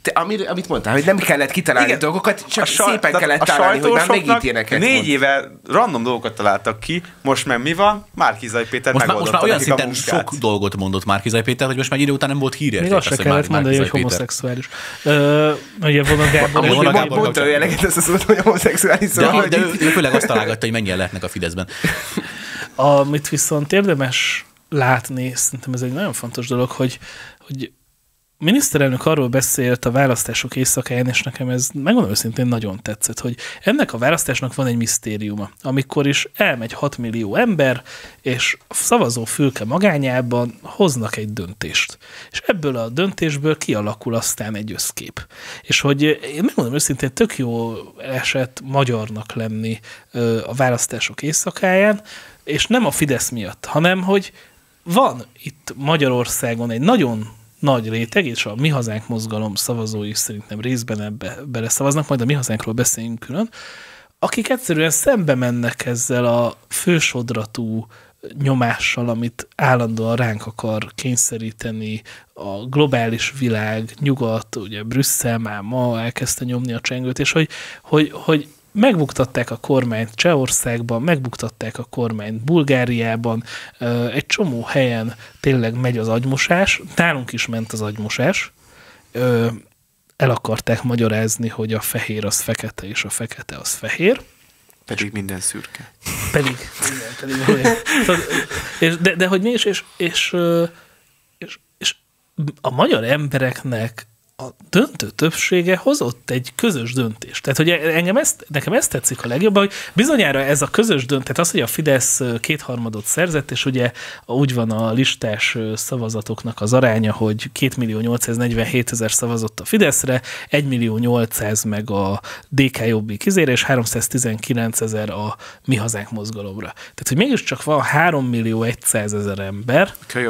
te, amit, amit mondtál, hogy nem kellett kitalálni igen, dolgokat, csak saj, szépen kellett találni, hogy már megint ilyeneket négy mond. éve random dolgokat találtak ki, most meg mi van? Márki-Zay Péter most megoldotta most már olyan szinten sok dolgot mondott Márki-Zay Péter, hogy most már idő után nem volt híres. Még azt se kellett mondani, hogy homoszexuális. Ugye Vonag Gábor... Mondta ő eleget ezt a szót, hogy homoszexuális. De ő főleg azt találgatta, hogy mennyien lehetnek a Fideszben. Amit viszont érdemes látni, szerintem ez egy nagyon fontos dolog, hogy, hogy a miniszterelnök arról beszélt a választások éjszakáján, és nekem ez megmondom őszintén nagyon tetszett, hogy ennek a választásnak van egy misztériuma, amikor is elmegy hat millió ember, és a szavazó fülke magányában hoznak egy döntést. És ebből a döntésből kialakul aztán egy összkép. És hogy én megmondom őszintén, tök jó esett magyarnak lenni a választások éjszakáján, és nem a Fidesz miatt, hanem hogy van itt Magyarországon egy nagyon nagy réteg, és a Mi Hazánk mozgalom szavazói szerintem részben ebbe beleszavaznak, majd a Mi Hazánkról beszéljünk külön, akik egyszerűen szembe mennek ezzel a fősodratú nyomással, amit állandóan ránk akar kényszeríteni a globális világ, nyugat, ugye Brüsszel már ma elkezdte nyomni a csengőt, és hogy, hogy, hogy megbuktatták a kormányt Csehországban, megbuktatták a kormányt Bulgáriában, egy csomó helyen tényleg megy az agymosás, nálunk is ment az agymosás, el akarták magyarázni, hogy a fehér az fekete, és a fekete az fehér. Pedig minden szürke. Pedig, igen, pedig és, de, de hogy mi is, és, és, és, és a magyar embereknek a döntő többsége hozott egy közös döntést. Tehát, hogy engem ezt, nekem ezt tetszik a legjobban, hogy bizonyára ez a közös döntés, tehát az, hogy a Fidesz kétharmadot szerzett, és ugye úgy van a listás szavazatoknak az aránya, hogy kétmillió nyolcszáznegyvenhétezer szavazott a Fideszre, egymillió nyolcszáz meg a dé ká Jobbik izére, és háromszáztizenkilencezer a Mi Hazánk mozgalomra. Tehát, hogy mégiscsak van hárommillió százezer ember,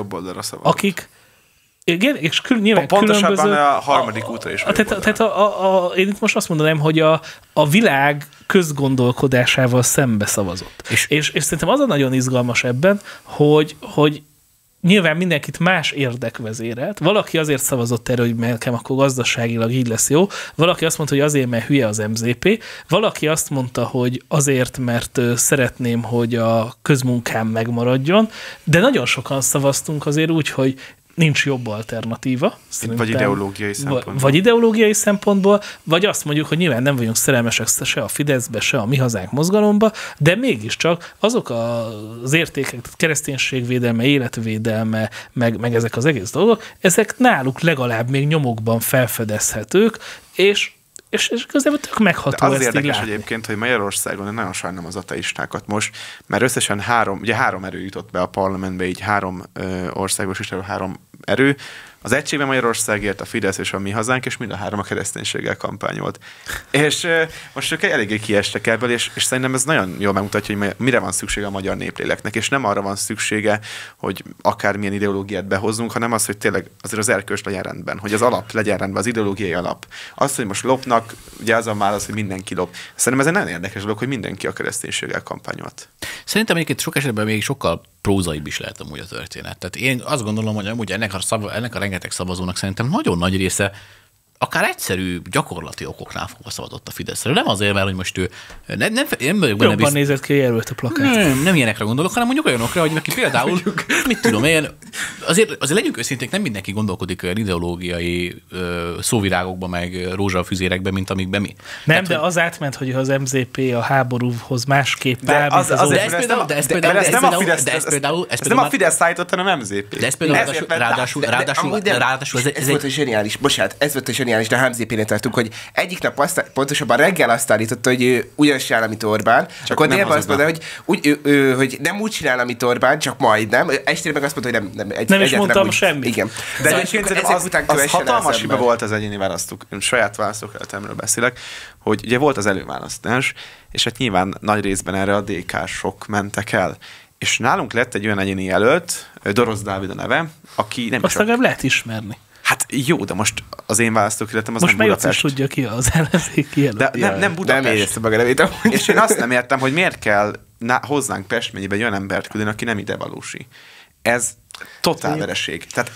akik igen, és kül, nyilván pontosabban különböző... a harmadik útra is. A, tehát tehát a, a, a, én itt most azt mondanám, hogy a, a világ közgondolkodásával szembe szavazott. És, és, és szerintem az a nagyon izgalmas ebben, hogy, hogy nyilván mindenkit más érdek vezérelt. Valaki azért szavazott erre, hogy nekem akkor gazdaságilag így lesz jó. Valaki azt mondta, hogy azért, mert hülye az em zé pé. Valaki azt mondta, hogy azért, mert szeretném, hogy a közmunkám megmaradjon. De nagyon sokan szavaztunk azért úgy, hogy nincs jobb alternatíva. Vagy ideológiai szempontból. Vagy ideológiai szempontból, vagy azt mondjuk, hogy nyilván nem vagyunk szerelmesek se a Fideszbe, se a Mi Hazánk mozgalomba, de mégiscsak azok az értékek, tehát kereszténységvédelme, életvédelme, meg, meg ezek az egész dolgok, ezek náluk legalább még nyomokban felfedezhetők, és és, és igazából tök megható. De az érdekes egyébként, hogy Magyarországon nagyon sajnálom az ateistákat most, mert összesen három, ugye három erő jutott be a parlamentbe, így három ö, országos is, három erő. Az Egységben Magyarországért, a Fidesz és a Mi Hazánk, és mind a három a kereszténységgel kampányolt. És ö, most ők eléggé kiestek ebből, és, és szerintem ez nagyon jól megmutatja, hogy mire van szüksége a magyar népléleknek, és nem arra van szüksége, hogy akármilyen ideológiát behozzunk, hanem az, hogy tényleg azért az erkölcs legyen rendben, hogy az alap legyen rendben, az ideológiai alap. Az, hogy most lopnak, ugye az a válasz, hogy mindenki lop. Szerintem ez egy nagyon érdekes dolog, hogy mindenki a kereszténységgel kampányolt. Szerintem egyébként sok esetben még sokkal prózaibb is lehet amúgy a történet. Tehát én azt gondolom, hogy amúgy ennek a, szava, ennek a rengeteg szavazónak szerintem nagyon nagy része akár egyszerű gyakorlati okoknál fogva szavazott a Fideszre. Nem azért, mert hogy most ő nem, nem, nem vagyok benne. Jobban nézett ki, jelölt a plakát. Nem, nem ilyenekre gondolok, hanem mondjuk olyanokra, hogy neki például, mit tudom én, azért, azért legyünk őszinték, nem mindenki gondolkodik olyan ideológiai ö, szóvirágokba, meg rózsafüzérekbe, mint amikben mi. Nem, Tehát, de hogy... az átment, hogy az em zé pé a háborúhoz másképp áll, az, az, az, de ez például, de ez például, ez nem a Fidesz, de ez például, ez nem a Fidesz szállított, hanem em zé pé. De ez például ráadásul, ráadásul, ráadásul, ez volt a zseniális, bocsánat, ez volt a zseniális, de em zé pénél tartunk, hogy egyik nap azt, pontosabban reggel azt állította, hogy ő ugyanis csinál, amit Orbán, csak akkor délben azt mondta, hogy, úgy, ő, ő, hogy nem úgy csinál, amit Orbán, csak majdnem. Estére meg azt mondta, hogy nem. Nem, egy, nem is mondtam semmit. Igen. De szóval egyébként az, az hatalmas hiba volt az egyéni választók. Én saját választókeletemről beszélek, hogy ugye volt az előválasztás, és hát nyilván nagy részben erre a dé ká-sok mentek el. És nálunk lett egy olyan egyéni jelölt, Dorosz Dávid a neve, aki nem azt legalább lehet ismerni. Hát jó, de most az én választókerületem az most nem Budapest. Most már tudja ki az ellenzéki jelölt. De nem, nem Budapest. Nem érezte meg a nevét. És én azt nem értem, hogy miért kell ná- hozzánk Pest megyébe egy olyan embert küldeni, aki nem ide valósi. Ez totál vereség. Tehát ez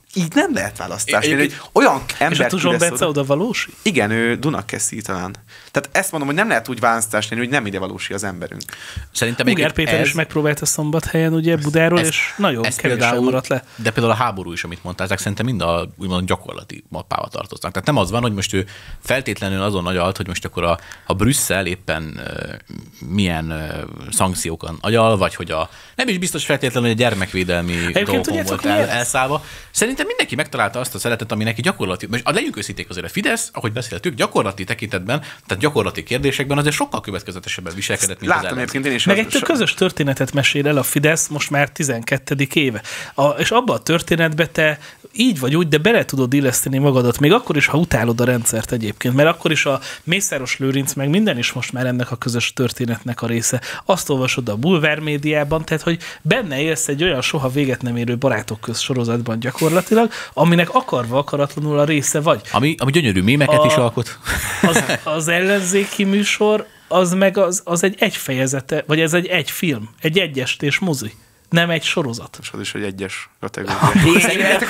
így nem lehet választás. É, hogy olyan ember. És a Tuzson Bence oda valósi? Igen, ő Dunakeszi talán. Tehát ezt mondom, hogy nem lehet úgy választás lenni, hogy nem ide valósi az emberünk. Szerintem Ugár Péter ez... is megpróbálta Szombathelyen, ugye Budáról, ez, és nagyon kevéssel maradt le. De például a háború is, amit mondtál, ezek szerintem mind a úgymond gyakorlati mappába tartoznak. Tehát nem az van, hogy most ő feltétlenül azon agyalt, hogy most akkor a, a Brüsszel éppen uh, milyen uh, szankciókon agyal, vagy hogy a nem is biztos feltétlenül, hogy a gyermekvédelmi dolgokon volt el, elszállva. Szerintem mindenki megtalálta azt a szeretet, ami neki gyakorlati, most legyünk őszinték azért a Fidesz, ahogy beszéltük, gyakorlati tekintetben, tehát gyakorlati kérdésekben azért sokkal következetesebben viselkedett, mint Látom, az én is. Meg egy közös történetet mesél el a Fidesz most már tizenkettedik éve. A, és abban a történetben te így vagy úgy, de bele tudod illeszteni magadat, még akkor is, ha utálod a rendszert egyébként, mert akkor is a Mészáros Lőrinc, meg minden is most már ennek a közös történetnek a része. Azt olvasod a bulvár médiában, tehát hogy benne élsz egy olyan soha véget nem érő barátok köz sorozatban gyakorlatilag, aminek akarva akaratlanul a része vagy. Ami, ami gyönyörű mémeket a, is alkot. Az, az ellenzéki műsor, az meg az, az egy egyfejezete, vagy ez egy egy film, egy egyestés mozi. Nem egy sorozat. És az is egy egyes kategória.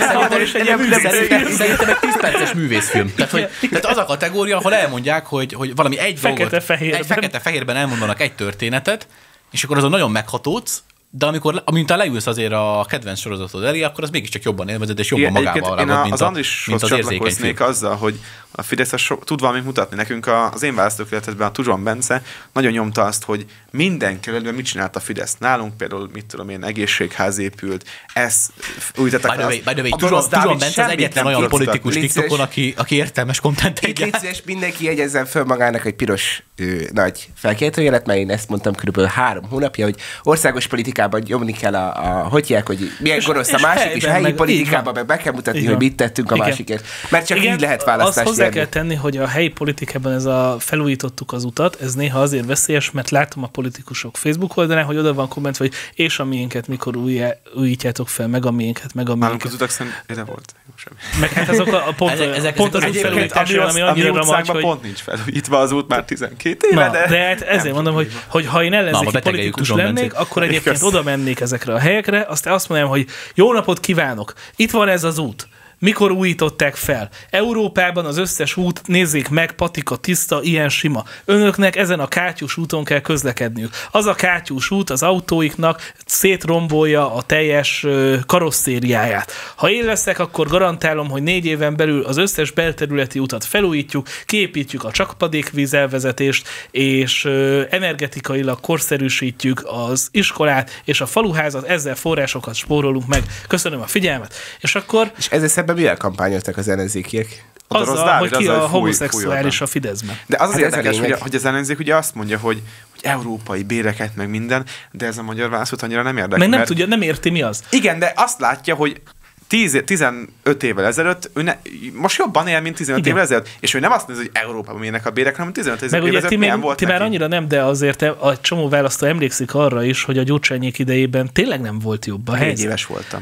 Szerintem egy tíz perces művészfilm. Tehát, hogy, tehát az a kategória, ahol elmondják, hogy, hogy valami egy dolgot, egy fekete-fehérben elmondanak egy történetet, és akkor azon nagyon meghatódsz, de amikor, amint leülsz azért a kedvenc sorozatod elé, akkor az mégiscsak jobban élvezed, és jobban magával ragad, mint, az a, mint az érzékenyfilm. Azzal, hogy a Fidesz so, tud valamit mutatni. Nekünk az én választókerületedben a Tuzson Bence nagyon nyomta azt, hogy minden kerületben mit csinált a Fidesz. Nálunk például, mit tudom én, egészségház épült, ez újítottak. By the way, Tuzson Bence az egyetlen olyan politikus TikTokon, aki, aki értelmes kontentet gyárt. Légy szíves, mindenki jegyezzen föl magának egy piros ő, nagy felkiáltójelet, mert én ezt mondtam körülbelül három hónapja, hogy országos politikában nyomni kell a, a hogy hívják, hogy milyen gonosz a másik, és helyi politikában meg be kell mutatni, hogy mit tettünk a másikért. Mert csak így lehet választást hozzá kell tenni, hogy a helyi politikában ez a felújítottuk az utat, ez néha azért veszélyes, mert látom a politikusok Facebook oldalán, hogy oda van komment, hogy és a miénket mikor újjá, újítjátok fel, meg a miénket, meg a miénket. Nálunk az utak szerintem volt. Meg hát azok a, a pont, ezek, ezek, pont az út felújításra, ami annyira ramagy, hogy... pont nincs felújítva az út már tizenkét éve, na, de... de hát ezért mondom, hogy, hogy ha én ellenzéki politikus lennék, akkor egyébként oda mennék ezekre a helyekre, aztán azt mondanám, hogy jó napot kívánok, itt van ez az út. Mikor újították fel? Európában az összes út, nézzék meg, patika, tiszta, ilyen sima. Önöknek ezen a kátyús úton kell közlekedniük. Az a kátyús út az autóiknak szétrombolja a teljes karosszériáját. Ha én leszek, akkor garantálom, hogy négy éven belül az összes belterületi utat felújítjuk, kiépítjük a csappadékvíz elvezetést, és energetikailag korszerűsítjük az iskolát, és a faluházat, ezzel forrásokat spórolunk meg. Köszönöm a figyelmet. És akkor... És ezzel mivel kampányoltak az ellenzékiek? Azzal, az hogy ki az, a homoszexuális a Fideszben. De az az hát érdekes, hogy, hogy az ellenzék ugye azt mondja, hogy, hogy európai béreket, meg minden, de ez a magyar választót annyira nem érdekel. Meg nem mert... tudja, nem érti, mi az. Igen, de azt látja, hogy tíz, tizenöt évvel ezelőtt, ő ne, most jobban él, mint tizenöt évvel ezelőtt, és ő nem azt nézi, hogy Európában milyenek a bérek, hanem tizenöt évvel ezelőtt milyen volt ti neki. Már annyira nem, de azért a csomó választó emlékszik arra is, hogy a Gyurcsányék idejében tényleg nem volt jobb a helyzet. Négy éves voltam.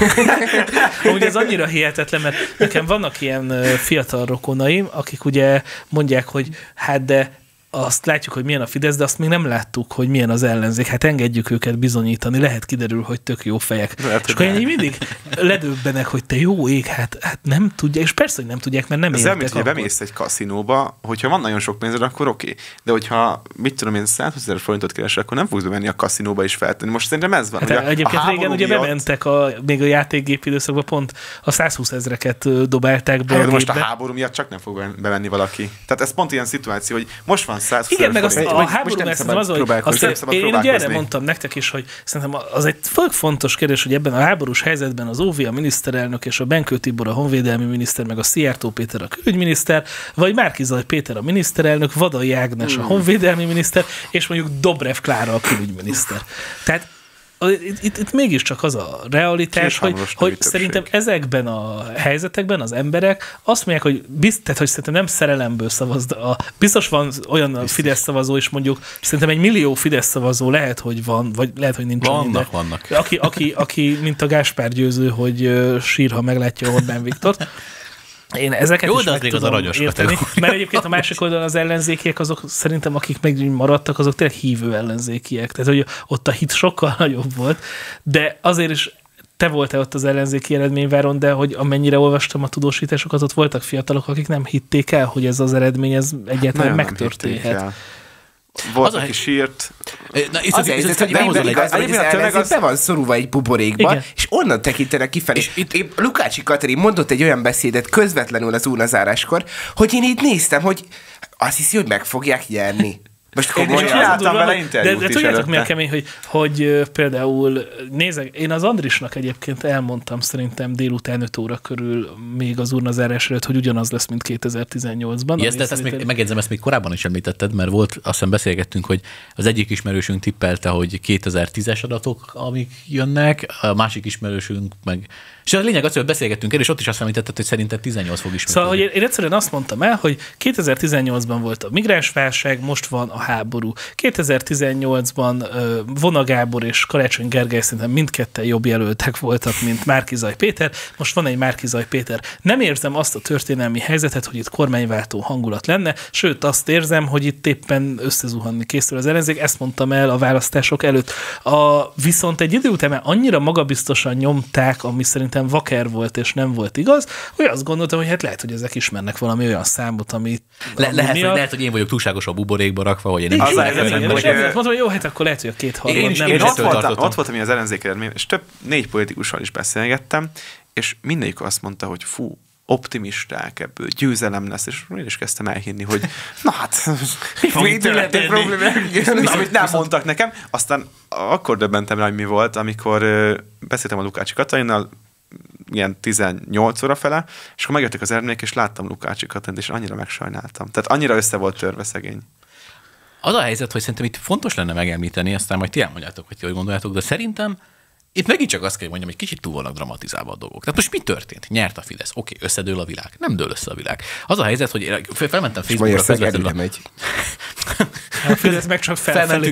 Ugye ez annyira hihetetlen, mert nekem vannak ilyen fiatal rokonaim, akik ugye mondják, hogy hát de azt látjuk, hogy milyen a Fidesz, de azt még nem láttuk, hogy milyen az ellenzék. Hát engedjük őket bizonyítani, lehet kiderül, hogy tök jó fejek. Lehet, és akkor én mindig ledöbbenek, hogy te jó ég, hát, hát nem tudják, és persze, hogy nem tudják, mert nem értek. Ez nem, hogy bemész egy kaszinóba, hogyha van nagyon sok pénzed, akkor oké. Okay. De hogyha, mit tudom én, százhúszezer forintot keresel, akkor nem fogsz bemenni a kaszinóba is feltenni. Most szerintem ez van. Hát egyébként régen ugye miatt... bementek, a, még a játékgép időszakban pont a százhúsz ezreket dobálták be. Hát, most a háború miatt csak nem fog bevenni valaki. Tehát ez pont ilyen szituáció, hogy most van igen, meg azt, a háború meg szerintem az, hogy azt, én, én ugye erre mondtam nektek is, hogy szerintem az egy fontos kérdés, hogy ebben a háborús helyzetben az Óvi a miniszterelnök és a Benkő Tibor a honvédelmi miniszter, meg a Szijjártó Péter a külügyminiszter, vagy Márki-Zay Péter a miniszterelnök, Vadai Ágnes a honvédelmi miniszter, és mondjuk Dobrev Klára a külügyminiszter. Tehát Itt, itt, itt mégiscsak az a realitás, hogy, hogy szerintem ezekben a helyzetekben az emberek azt mondják, hogy biztos, hogy szerintem nem szerelemből szavaz, de a, biztos van olyan biztos. Fidesz szavazó, és mondjuk szerintem egy millió Fidesz szavazó lehet, hogy van, vagy lehet, hogy nincs. Vannak, annyi, vannak. Aki, aki, aki, mint a Gáspár Győző, hogy sír, ha meglátja Orbán Viktort. Én ezeket jó, is de meg az tudom az aranyos érteni, mert egyébként a másik oldalon az ellenzékiek, azok szerintem, akik meg maradtak, azok tényleg hívő ellenzékiek. Tehát, hogy ott a hit sokkal nagyobb volt, de azért is te voltál ott az ellenzéki eredményváron, de hogy amennyire olvastam a tudósításokat, ott voltak fiatalok, akik nem hitték el, hogy ez az eredmény ez egyáltalán megtörténhet. Volt, aki sírt. Na, az helyzet, hogy nem igaz, hogy az ellenzék be van szorulva egy buborékba, igen. És onnan tekintenek kifelé. És itt én, Lukácsi Katalin mondott egy olyan beszédet közvetlenül az urnazáráskor, hogy én így néztem, hogy azt hiszi, hogy meg fogják nyerni. Most én is csináltam vele interjút de, de is tudjátok, milyen kemény, hogy, hogy például nézek, én az Andrisnak egyébként elmondtam szerintem délután öt óra körül még az urnazárás előtt, hogy ugyanaz lesz, mint kétezer-tizennyolcban. Yes, ezt, ezt még, megjegyzem, ezt még korábban is említetted, mert volt, azt hiszem beszélgettünk, hogy az egyik ismerősünk tippelte, hogy kétezer-tízes adatok, amik jönnek, a másik ismerősünk meg... És a lényeg az, hogy beszélgettünk el, és ott is azt említetted, hogy szerinted tizennyolc fog ismerni. Szóval, hogy én egyszerűen azt mondtam el, hogy kétezer-tizennyolcban volt a migránsválság, most van a háború. kétezer-tizennyolcban Vona Gábor és Karácsony Gergely szerintem mindketten jobb jelöltek voltak, mint Márki-Zay Péter. Most van egy Márki-Zay Péter. Nem érzem azt a történelmi helyzetet, hogy itt kormányváltó hangulat lenne, sőt azt érzem, hogy itt éppen összezuhanni készül az ellenzék. Ezt mondtam el a választások előtt. A, viszont egy idő után már annyira magabiztosan nyomták, ami szerintem vaker volt és nem volt igaz, hogy azt gondoltam, hogy hát lehet, hogy ezek ismernek valami olyan számot, amit... Le, ami lehet, miatt... hogy, lehet, hogy én vagyok túlságosan buborékba rakva, hogy én nem is ismerek. És ezért mondtam, hogy jó, hát akkor lehet, hogy a két harmad én is, nem. Én ott voltam, ott voltam én az ellenzék eredmény, és több négy politikussal is beszélgettem, és mindegyik azt mondta, hogy fú, optimisták, ebből győzelem lesz, és én is kezdtem elhinni, hogy na hát, mi történik problémák, amit nem mondtak nekem. Aztán akkor döbbentem rá, hogy mi volt, amikor beszéltem a Lukácsi Katalinnal, ilyen tizennyolc óra fele, és akkor megjöttek az eredmények, és láttam Lukácsi Katalint, és annyira megsajnáltam. Tehát annyira össze volt törve szegény. Az a helyzet, hogy szerintem itt fontos lenne megemlíteni, aztán majd ti elmondjátok, hogy ti hogy gondoljátok, de szerintem itt megint csak azt kell mondjam, hogy kicsit túl vannak dramatizálva a dolgok. Tehát most mi történt? Nyert a Fidesz. Oké, összedől a világ. Nem dől össze a világ. Az a helyzet, hogy én felmentem Facebookra közvetlenül. A... megy. A Fidesz meg csak felfelé.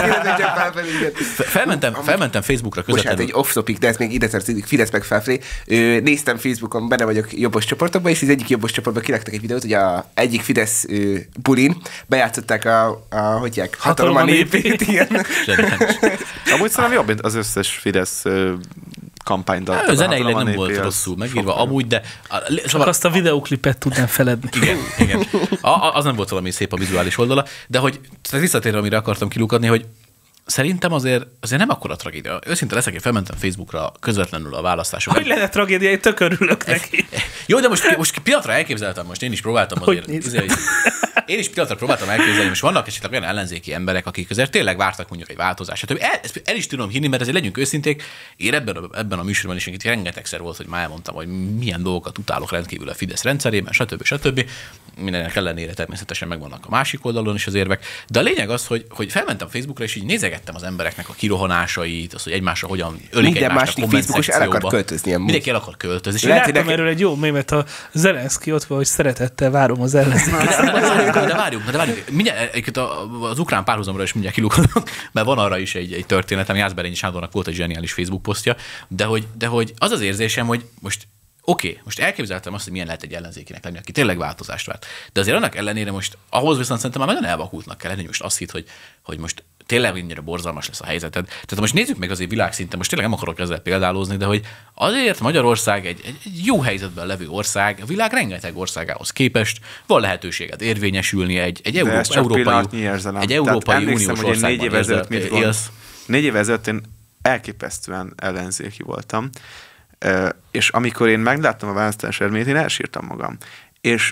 Felmentem, felmentem Facebookra közvetlenül. Most hát egy off-topic, de ez még ide tartozik, Fidesz meg felfelé. Néztem Facebookon, benne vagyok jobbos csoportokban, és az egyik jobbos csoportban kiraktak egy videót, hogy a egyik Fidesz bulin bejátszották a, a hogyják, hatalom a népét. Amúgy szerintem jobb, az összes Fidesz kampánydal. A zeneileg nem volt rosszul megírva, amúgy, de... Csak szóval azt a videóklipet tudnám feledni. Igen, igen. A, az nem volt valami szép a vizuális oldala, de hogy visszatérve, amire akartam kilukadni, hogy szerintem azért, azért nem akkora tragédia. Őszinte leszek, én felmentem Facebookra közvetlenül a választásokra. Hogy lenne tragédia, én tök örülök neki. Jó, de most, most pillanatra elképzeltem, most én is próbáltam azért. azért én is pillanatra próbáltam elképzelni, most vannak esetleg olyan ellenzéki emberek, akik azért tényleg vártak mondjuk egy változást. El, ezt el is tudom hinni, mert ezért legyünk őszinték. Én ebben a, ebben a műsorban is itt rengetegszer volt, hogy már elmondtam, hogy milyen dolgokat utálok rendkívül a Fidesz rendszerében, stb. stb. Mindenek ellenére természetesen megvannak a másik oldalon is az érvek. De a lényeg az, hogy, hogy felmentem Facebookra, és így nézegettem az embereknek a kirohanásait, az, hogy egymásra hogyan ölik minden egymást a komment Facebookos el akar költözni. Amúgy. Mindenki el akar költözni. És én láttam neki... erről egy jó mémet, a Zelenszky ott van, hogy szeretettel várom az ellenzéket. De, de, várjuk, de várjuk, de várjuk. Mindjárt, az ukrán párhuzamra is mindjárt kilukadok, mert van arra is egy, egy történetem, Jászberényi Sándornak volt egy zseniális Facebook posztja, de hogy, de hogy az az érzésem, hogy most oké, okay, most elképzeltem azt, hogy milyen lehet egy ellenzékinek lenni, aki tényleg változást várt. De azért annak ellenére most, ahhoz viszont szerintem már nagyon elvakultnak kell lenni, hogy most azt hitt, hogy, hogy most tényleg annyira borzalmas lesz a helyzeted. Tehát most nézzük meg azért világszinten, most tényleg nem akarok ezzel példálozni, de hogy azért Magyarország egy, egy, egy jó helyzetben levő ország, a világ rengeteg országához képest van lehetőséged érvényesülni egy, egy, Európa, európai, egy Európai Uniós országban. Négy évvel ezelőtt mit élsz. Négy évvel ezelőtt én elképesztően ellenzéki voltam, Uh, és amikor én megláttam a választás eredményt, én elsírtam magam. És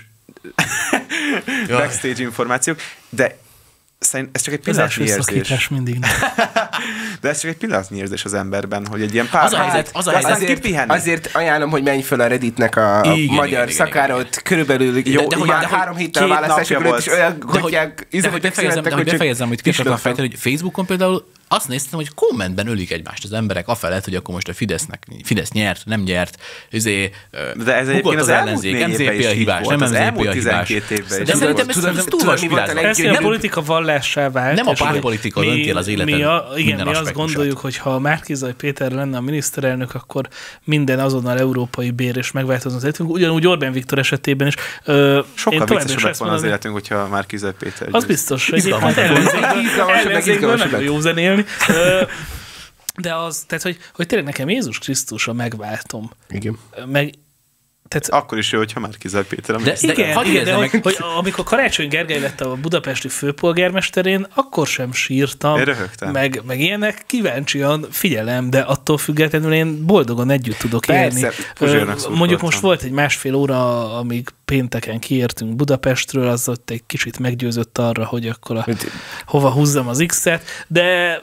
backstage információk, de szerint ez csak egy pillanatnyi érzés. Mindig de ez csak egy pillanatnyi érzés az emberben, hogy egy ilyen pár... Az a helyzet, az a helyzet. Azért, azért ajánlom, hogy menj fel a Redditnek a igen, magyar igen, szakára, ott körülbelül jó, de, de, már de, három héttel a választások előtt is olyan kutyák... De hogy befejezem, hogy ki akartam fejteni, hogy Facebookon például azt néztem, hogy kommentben ölik egymást az emberek, afelett, hogy akkor most a Fidesznek, Fidesz nyert, nem nyert, üzé, de ez egyébként az ellenzék, em zé pé a hibás, nem em zé pé a hibás. De szerintem ez túl van spirálva. Ez a politika vallássá vált. Nem a pártpolitika dönti el az életed. Igen, mi azt gondoljuk, hogy ha Márki-Zay Péter lenne a miniszterelnök, akkor minden azonnal európai bér és megváltozna az életünk. Ugyanúgy Orbán Viktor esetében is. Sokkal viccesebbek van az életünk, hogyha Márki-Zay Péter. Az biztos. Ellenzékből nagyon jó zenélni. De az, tehát, hogy, hogy tényleg nekem Jézus Krisztus a megváltom. Igen. Meg, tehát, akkor is jó, hogyha Márki-Zay Péter. De, de, igen, igen, de hogy, hogy amikor Karácsony Gergely lett a budapesti főpolgármesterén, akkor sem sírtam. Meg, meg ilyenek, kíváncsian figyelem, de attól függetlenül én boldogan együtt tudok élni. Mondjuk most volt egy másfél óra, amíg pénteken kiértünk Budapestről, az ott egy kicsit meggyőzött arra, hogy akkor a, hova húzzam az X-et, de...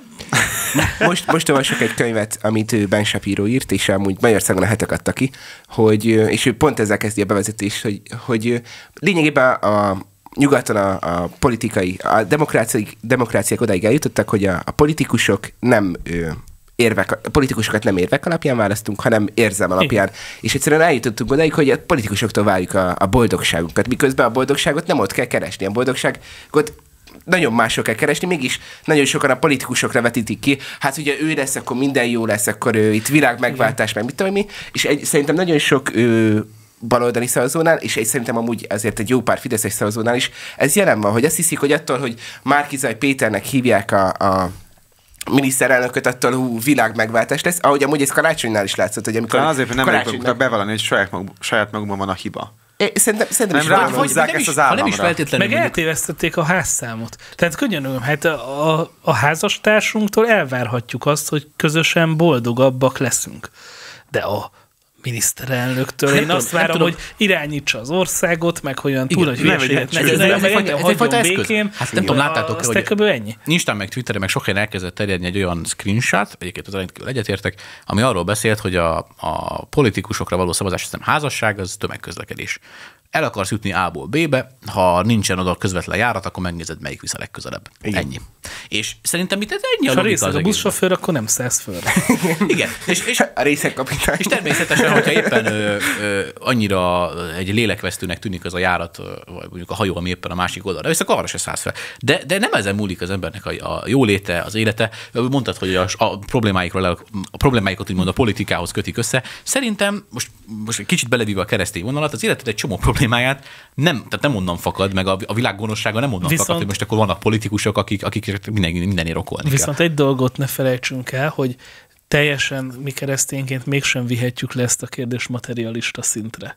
Most, most olvasok egy könyvet, amit Ben Shapiro írt, és amúgy Magyarországon a Hetek adta ki, hogy, és ő pont ezzel kezdi a bevezetést, hogy, hogy lényegében a nyugaton a, a politikai, a demokráciák, demokráciák odáig eljutottak, hogy a, a politikusok nem érvek, a politikusokat nem érvek alapján választunk, hanem érzem alapján. Igen. És egyszerűen eljutottunk odáig, hogy a politikusoktól várjuk a, a boldogságunkat, miközben a boldogságot nem ott kell keresni. A boldogságot nagyon mások kell keresni, mégis nagyon sokan a politikusokra vetítik ki. Hát ugye ő lesz, akkor minden jó lesz, akkor ő, itt világ megváltás, meg mit tudom mi. És egy, szerintem nagyon sok ő, baloldali szavazónál, és egy szerintem amúgy azért egy jó pár fideszes szavazónál is ez jelen van, hogy azt hiszik, hogy attól, hogy Márki-Zay Péternek hívják a, a miniszterelnököt, attól hú, világ megváltás lesz, ahogy amúgy ez Karácsonynál is látszott, hogy amikor... Talán azért, hogy nem meg... bevallani, hogy saját, mag, saját magukban van a hiba. É, szerintem, szerintem nem ráhúzzák ezt az államra. Nem is feltétlenül. Meg eltévesztették a házszámot. Tehát könnyen, hát a, a, a házastársunktól elvárhatjuk azt, hogy közösen boldogabbak leszünk. De a miniszterelnöktől én azt várom, hogy irányítsa az országot, meg hogyan túl, hogy hülyeséget ne csinálja, meg engem hagyjon békén. Hát nem tudom, láttátok, hogy ennyi. Instán meg Twitteren meg sok helyen elkezdett terjedni egy olyan screenshot, egyébként az rendkívül egyetértek, ami arról beszélt, hogy a, a politikusokra való szavazás, nem házasság, az tömegközlekedés. El akarsz jutni A-ból B-be, ha nincsen oda közvetlen járat, akkor megnézed, melyik visz a legközelebb. Igen. Ennyi. És szerintem itt ez ennyi a logika. És ha a buszsofőr, akkor nem szállsz föl. Igen. És, és, a részekkapitány. És természetesen, hogyha éppen ö, ö, annyira egy lélekvesztőnek tűnik az a járat, vagy mondjuk a hajó, ami éppen a másik oldalra, és akkor arra se szállsz fel. De, de nem ezen múlik az embernek a, a jóléte, az élete. Mondtad, hogy a, a problémáikról, a problémáikat úgymond a politikához kötik össze. Szerintem, most, most egy kicsit belevíve a keresztény vonalat, az életed egy csomó problémáját nem, tehát nem onnan fakad, meg a, a világ gonoszsága nem onnan Viszont, fakad, hogy most akkor vannak politikusok, akik, akik minden, mindenért okolni Viszont kell. Egy dolgot ne felejtsünk el, hogy teljesen mi keresztényként mégsem vihetjük le ezt a kérdést materialista szintre.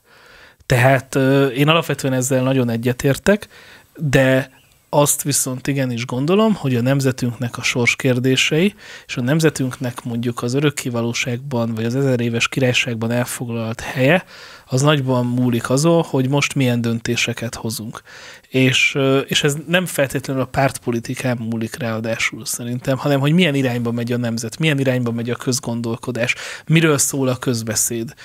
Tehát én alapvetően ezzel nagyon egyetértek, de azt viszont igenis gondolom, hogy a nemzetünknek a sorskérdései, és a nemzetünknek mondjuk az örökkévalóságban, vagy az ezer éves királyságban elfoglalt helye, az nagyban múlik azon, hogy most milyen döntéseket hozunk. És, és ez nem feltétlenül a pártpolitikán múlik ráadásul szerintem, hanem hogy milyen irányba megy a nemzet, milyen irányba megy a közgondolkodás, miről szól a közbeszéd.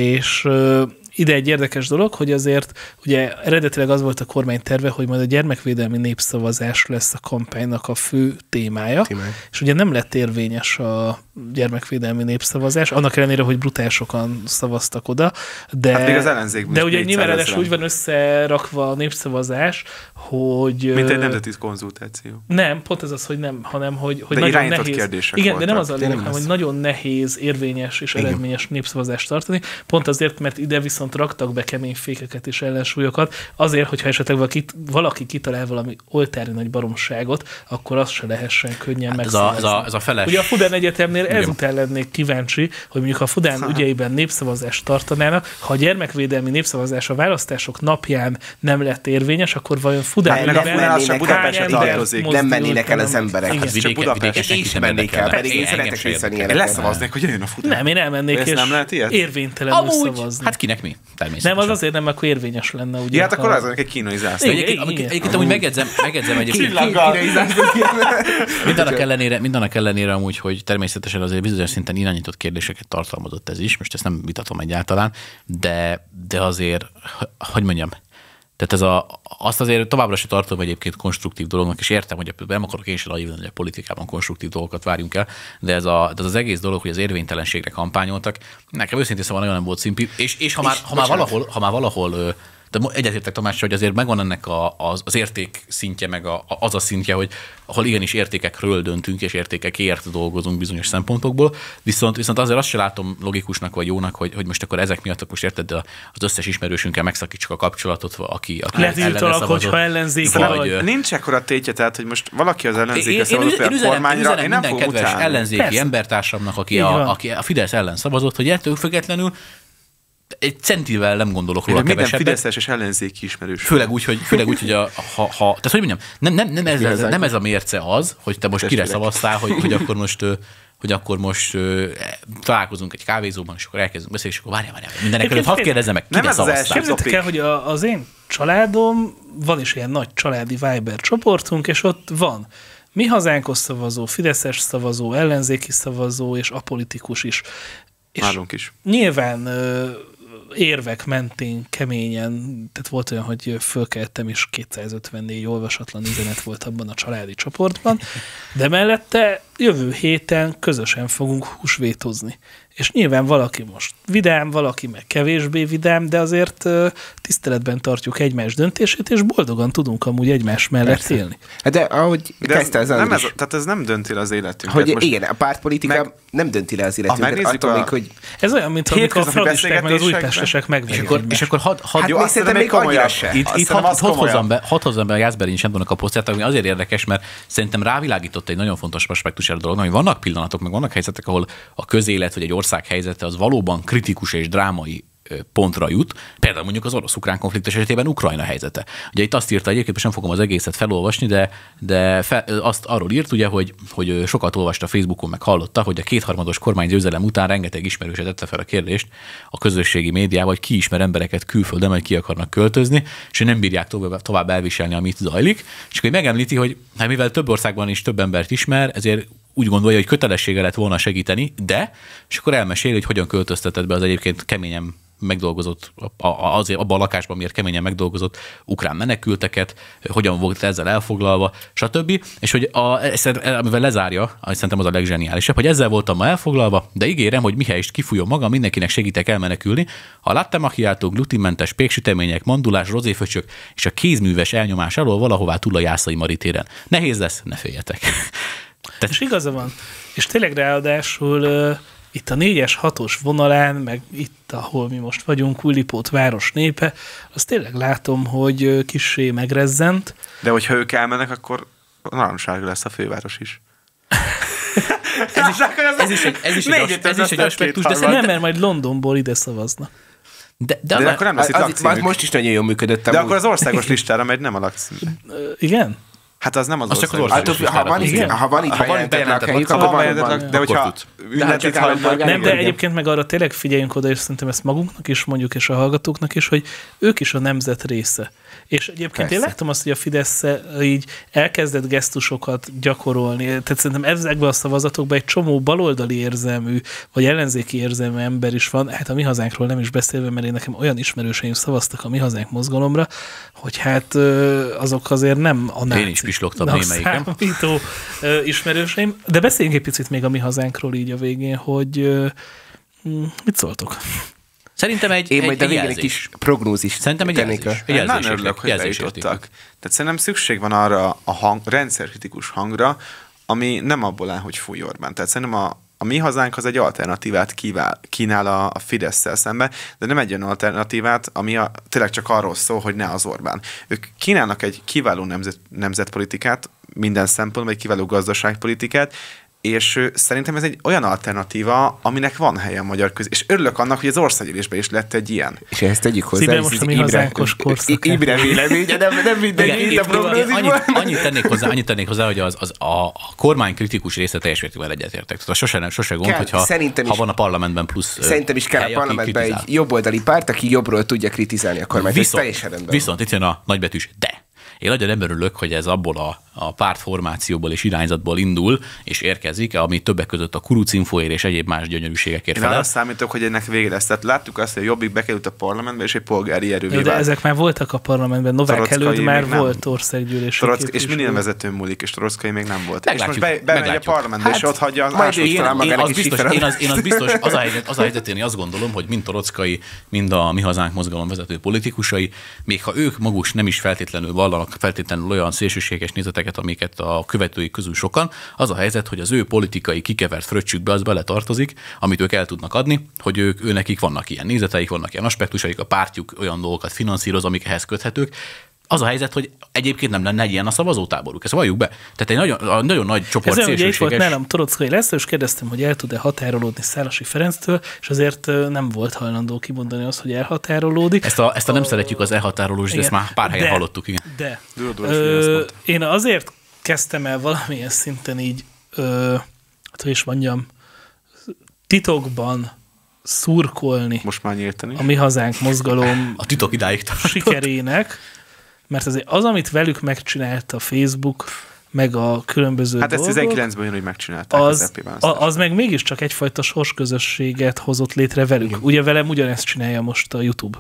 És ide egy érdekes dolog, hogy azért ugye eredetileg az volt a kormány terve, hogy majd a gyermekvédelmi népszavazás lesz a kampánynak a fő témája, Témány. és ugye nem lett érvényes a gyermekvédelmi népszavazás, annak ellenére, hogy brutál sokan szavaztak oda, de, hát még az ellenzékben de ugye nyilván úgy van összerakva a népszavazás, hogy... Mint egy nemzeti konzultáció. Nem, pont ez az, hogy nem, hanem hogy, hogy nagyon nehéz... kérdések Igen, voltak. de nem az a lényeg, hanem hogy nagyon nehéz, érvényes és Igen. eredményes népszavazást tartani, pont azért, mert ide viszont raktak be kemény fékeket és ellensúlyokat, azért, hogyha esetleg valaki, valaki kitalál valami oltári nagy baromságot, akkor az se lehessen könnyen hát megszavazni. Ez a, ez a, ez a feles... Ugye a Fudán Egyetemnél ezután lennék kíváncsi, hogy mondjuk a Fudán ha. ügyeiben népszavazást tartanának, ha a gyermekvédelmi népszavazás a választások napján nem lett érvényes, akkor vajon Fudán ügyben nem mennének el az emberek. Hát vidéke, Budapest is mennék el, pedig én szeretek visszani ilyeneket. Leszavaznék, hogy jön a Fudán. Nem, én elmennék, és érvénytelenül szavazni. Hát kinek mi? Természetesen. Nem, az azért nem, akkor érvényes lenne. Ugye, ja, hát akkor az egy kínai zászló. Egyébként amúgy megjegyzem, megjegyzem egyébként. Mindannak ellenére, mindannak ellenére amúgy, hogy természetesen azért bizonyos szinten irányított kérdéseket tartalmazott ez is, most ezt nem vitatom egyáltalán, de, de azért, hogy mondjam, tehát ez a, azt azért továbbra se tartom egyébként konstruktív dolognak, és értem, hogy nem akarok én sem naívni, hogy a politikában konstruktív dolgokat várjunk el, de ez, a, de ez az egész dolog, hogy az érvénytelenségre kampányoltak, nekem őszintén szóval nagyon nem volt szimpi, és, és ha, már, ha, már valahol, ha már valahol de egyetértek Tamás, hogy azért megvan ennek a, az, az érték szintje, meg a, az a szintje, hogy ahol igenis értékekről döntünk, és értékekért dolgozunk bizonyos szempontokból, viszont, viszont azért azt sem látom logikusnak vagy jónak, hogy, hogy most akkor ezek miatt most érted, de az összes ismerősünkkel megszakítsuk a kapcsolatot, aki, aki ellene szavazott. Hogyha ellenzék vagy. Nincs ekkora tétje, tehát, hogy most valaki az ellenzékre szavazott, vagy a kormányra, én nem fogom kedves utálni. ellenzéki Persze. embertársamnak, aki a, aki a Fidesz ellen szavazott, hogy ettől függetlenül egy centivel nem gondolok róla kevesebbet. Minden fideszes és ellenzéki ismerős. Főleg úgy, hogy, főleg úgy, hogy a, ha, ha, tehát hogy mondjam, nem, nem, nem, ez, ez, nem ez a mérce az, hogy te most kire szavaztál, hogy, hogy akkor most hogy akkor most uh, találkozunk egy kávézóban, és akkor elkezdünk beszélni, és akkor várjál, várjál, mindenek előtt hadd kérdezzem meg, kire szavaztál. Képzeljétek el, hogy a, az én családom, van is ilyen nagy családi Viber csoportunk, és ott van Mi Hazánkos szavazó, fideszes szavazó, ellenzéki szavazó, és apolitikus is. Nálunk is. Nyilván uh, érvek mentén keményen, tehát volt olyan, hogy fölkeltem, és kétszázötvennégy olvasatlan üzenet volt abban a családi csoportban, de mellette jövő héten közösen fogunk húsvétozni. És nyilván valaki most vidám, valaki meg kevésbé vidám, de azért uh, tiszteletben tartjuk egymás döntését, és boldogan tudunk amúgy egymás mellett Persze. élni. De ahogy de kezdte az nem ez, Tehát ez nem dönti le az életünket. Hogy most igen, a pártpolitika meg, nem dönti le az életünket. Attól a... még, hogy ez olyan, mint amikor a fradisták meg az újpestesek megverik. És akkor, és akkor hadd had, hát még szerintem még annyira se. Itt, itt hadd had hozzam be, had hozzam be a Jászberény Sándornak a posztját, ami azért érdekes, mert szerintem rávilágított egy nagyon fontos aspektusára dolog, hogy vannak pillanatok, meg vannak helyzetek, ahol a közélet vagy egy ország helyzete az valóban kritikus és drámai pontra jut, például mondjuk az orosz-ukrán konfliktus esetében Ukrajna helyzete. Ugye itt azt írta, egyébként sem fogom az egészet felolvasni, de, de fel, azt arról írt, ugye, hogy, hogy sokat olvasta Facebookon, meg hallotta, hogy a kétharmados kormánygyőzelem után rengeteg ismerőse tette fel a kérdést a közösségi médiában, hogy ki ismer embereket külföldön, vagy ki akarnak költözni, és nem bírják tovább, tovább elviselni, amit zajlik. És akkor megemlíti, hogy hát mivel több országban is több embert ismer, ezért úgy gondolja, hogy kötelessége lett volna segíteni, de, és akkor elmeséli, hogy hogyan költöztetett be az egyébként keményen megdolgozott, azért abban a lakásban, miért keményen megdolgozott ukrán menekülteket, hogyan volt ezzel elfoglalva, stb. És hogy a, amivel lezárja, szerintem az a legzseniálisabb, hogy ezzel voltam ma elfoglalva, de ígérem, hogy mihelyest kifújom magam, mindenkinek segítek elmenekülni. A latte macchiato, glutinmentes péksütemények, mandulás, rozéföcsök és a kézműves elnyomás alól valahová túl a Jászai Maritéren. Nehéz lesz, ne féljetek. Tehát... És igaza van. És tényleg ráadásul uh, itt a négyes, hatos vonalán, meg itt, ahol mi most vagyunk, Újlipót város népe, azt tényleg látom, hogy uh, kissé megrezzent. De hogyha ők elmennek, akkor narancsárga lesz a főváros is. ez, is ez is egy, ez is egy, ez is egy aspektus, de szerintem... Nem, mert majd Londonból ide szavaznak. De, de, de, de akkor nem lesz itt lakcímük. Most is nagyon jól működött. De akkor az országos listára megy, nem a lakcímük. Uh, igen? Hát az nem az, az országos hát, listára. Ha van itt, ha van itt bejelentett helyük, akkor van. De hogyha ünnepít hajtnak. Nem, de egyébként meg arra tényleg figyeljünk oda, és szerintem ezt magunknak is mondjuk, és a hallgatóknak is, hogy ők is a nemzet része. És egyébként Persze. én láttam azt, hogy a Fidesz így elkezdett gesztusokat gyakorolni. Tehát szerintem ezekben a szavazatokban egy csomó baloldali érzelmű, vagy ellenzéki érzelmű ember is van. Hát a Mi Hazánkról nem is beszélve, mert én nekem olyan ismerőseim szavaztak a Mi Hazánk mozgalomra, hogy hát azok azért nem a náci. Én is pislogtam némelyiken. Számító ismerőseim. De beszéljünk egy picit még a Mi Hazánkról így a végén, hogy mit szóltok? Szerintem egy, Én egy, majd egy a végén jelzés. egy kis prognózis. Szerintem egy jelzés. Egy jelzés. Nagyon örülök, hogy bejutottak. Tehát szerintem szükség van arra a hang, rendszerkritikus hangra, ami nem abból áll, hogy fúj Orbán. Tehát szerintem a, a Mi Hazánk az egy alternatívát kívál, kínál a, a Fidesszel szembe, de nem egy olyan alternatívát, ami a, tényleg csak arról szól, hogy ne az Orbán. Ők kínálnak egy kiváló nemzet, nemzetpolitikát, minden szempontból, egy kiváló gazdaságpolitikát, és szerintem ez egy olyan alternatíva, aminek van helye a magyar közé. És örülök annak, hogy az országgyűlésben is lett egy ilyen. És ezt tegyük hozzá. Szíven most a Mi Hazánkos korszakán. Ibre véleménye, nem, nem mindegy, itt a prognózisban. Annyit tennék hozzá, annyit tennék hozzá, hogy az, az a, a kormány kritikus része teljes mértékben egyetértek. Tehát sose, nem, sose gond, kell, hogyha ha van a parlamentben plusz Szerintem is kell hely, a parlamentben egy jobboldali párt, aki jobbról tudja kritizálni a kormányt. Viszont, viszont itt jön a nagybetűs de. Én nagyon nem örülök, hogy ez abból a, a pártformációból és irányzatból indul, és érkezik, ami többek között a kurucinfóért és egyéb más gyönyörűségekért felel. Én azt számítok, hogy ennek vége lesz. Tehát láttuk azt, hogy a Jobbik bekerült a parlamentbe, és egy polgári erővé vált. De ezek már voltak a parlamentben. Novák előtt már volt országgyűlési Torock, és minden vezetőn múlik, és Torockai még nem volt. Meglátjuk, és most be, bemegy a parlamentbe, hát, és ott hagyja az másod talán magának is biztos, én, az, én az biztos, az a helyzet, az a helyzet, én azt gondolom, hogy mind Torockai, mind a Mi Hazánk mozgalom vezető politikusai, még ha ők maguk nem is feltétlenül vallanak feltétlenül olyan szélsőséges nézeteket, amiket a követőik közül sokan, az a helyzet, hogy az ő politikai kikevert fröccsükbe az bele tartozik, amit ők el tudnak adni, hogy ők, ő nekik vannak ilyen nézeteik, vannak ilyen aspektusaik, a pártjuk olyan dolgokat finanszíroz, amik ehhez köthetők. Az a helyzet, hogy egyébként nem lenne egy ilyen a szavazótáboruk. Ezt valljuk be. Tehát egy nagyon, nagyon nagy csoport szélsőséges... Ez ugye itt volt nálam Torockai László, és kérdeztem, hogy el tud-e határolódni Szálasi Ferenctől, és azért nem volt hajlandó kimondani azt, hogy elhatárolódik. Ezt a, ezt a nem a... szeretjük az elhatárolós, de ezt már pár helyen hallottuk. Igen. De. Ö, én azért kezdtem el valamilyen szinten így, ö, hát hogy is mondjam, titokban szurkolni. Most már nyíltan is. A Mi Hazánk mozgalom a titok idáig tartott. Sikerének, mert azért az, amit velük megcsinált a Facebook, meg a különböző hát dolgok... Hát ezt tizenkilencben jön, hogy megcsinálták az, az epében. Az, az meg mégiscsak egyfajta sorsközösséget hozott létre velük. Igen. Ugye velem ugyanezt csinálja most a YouTube.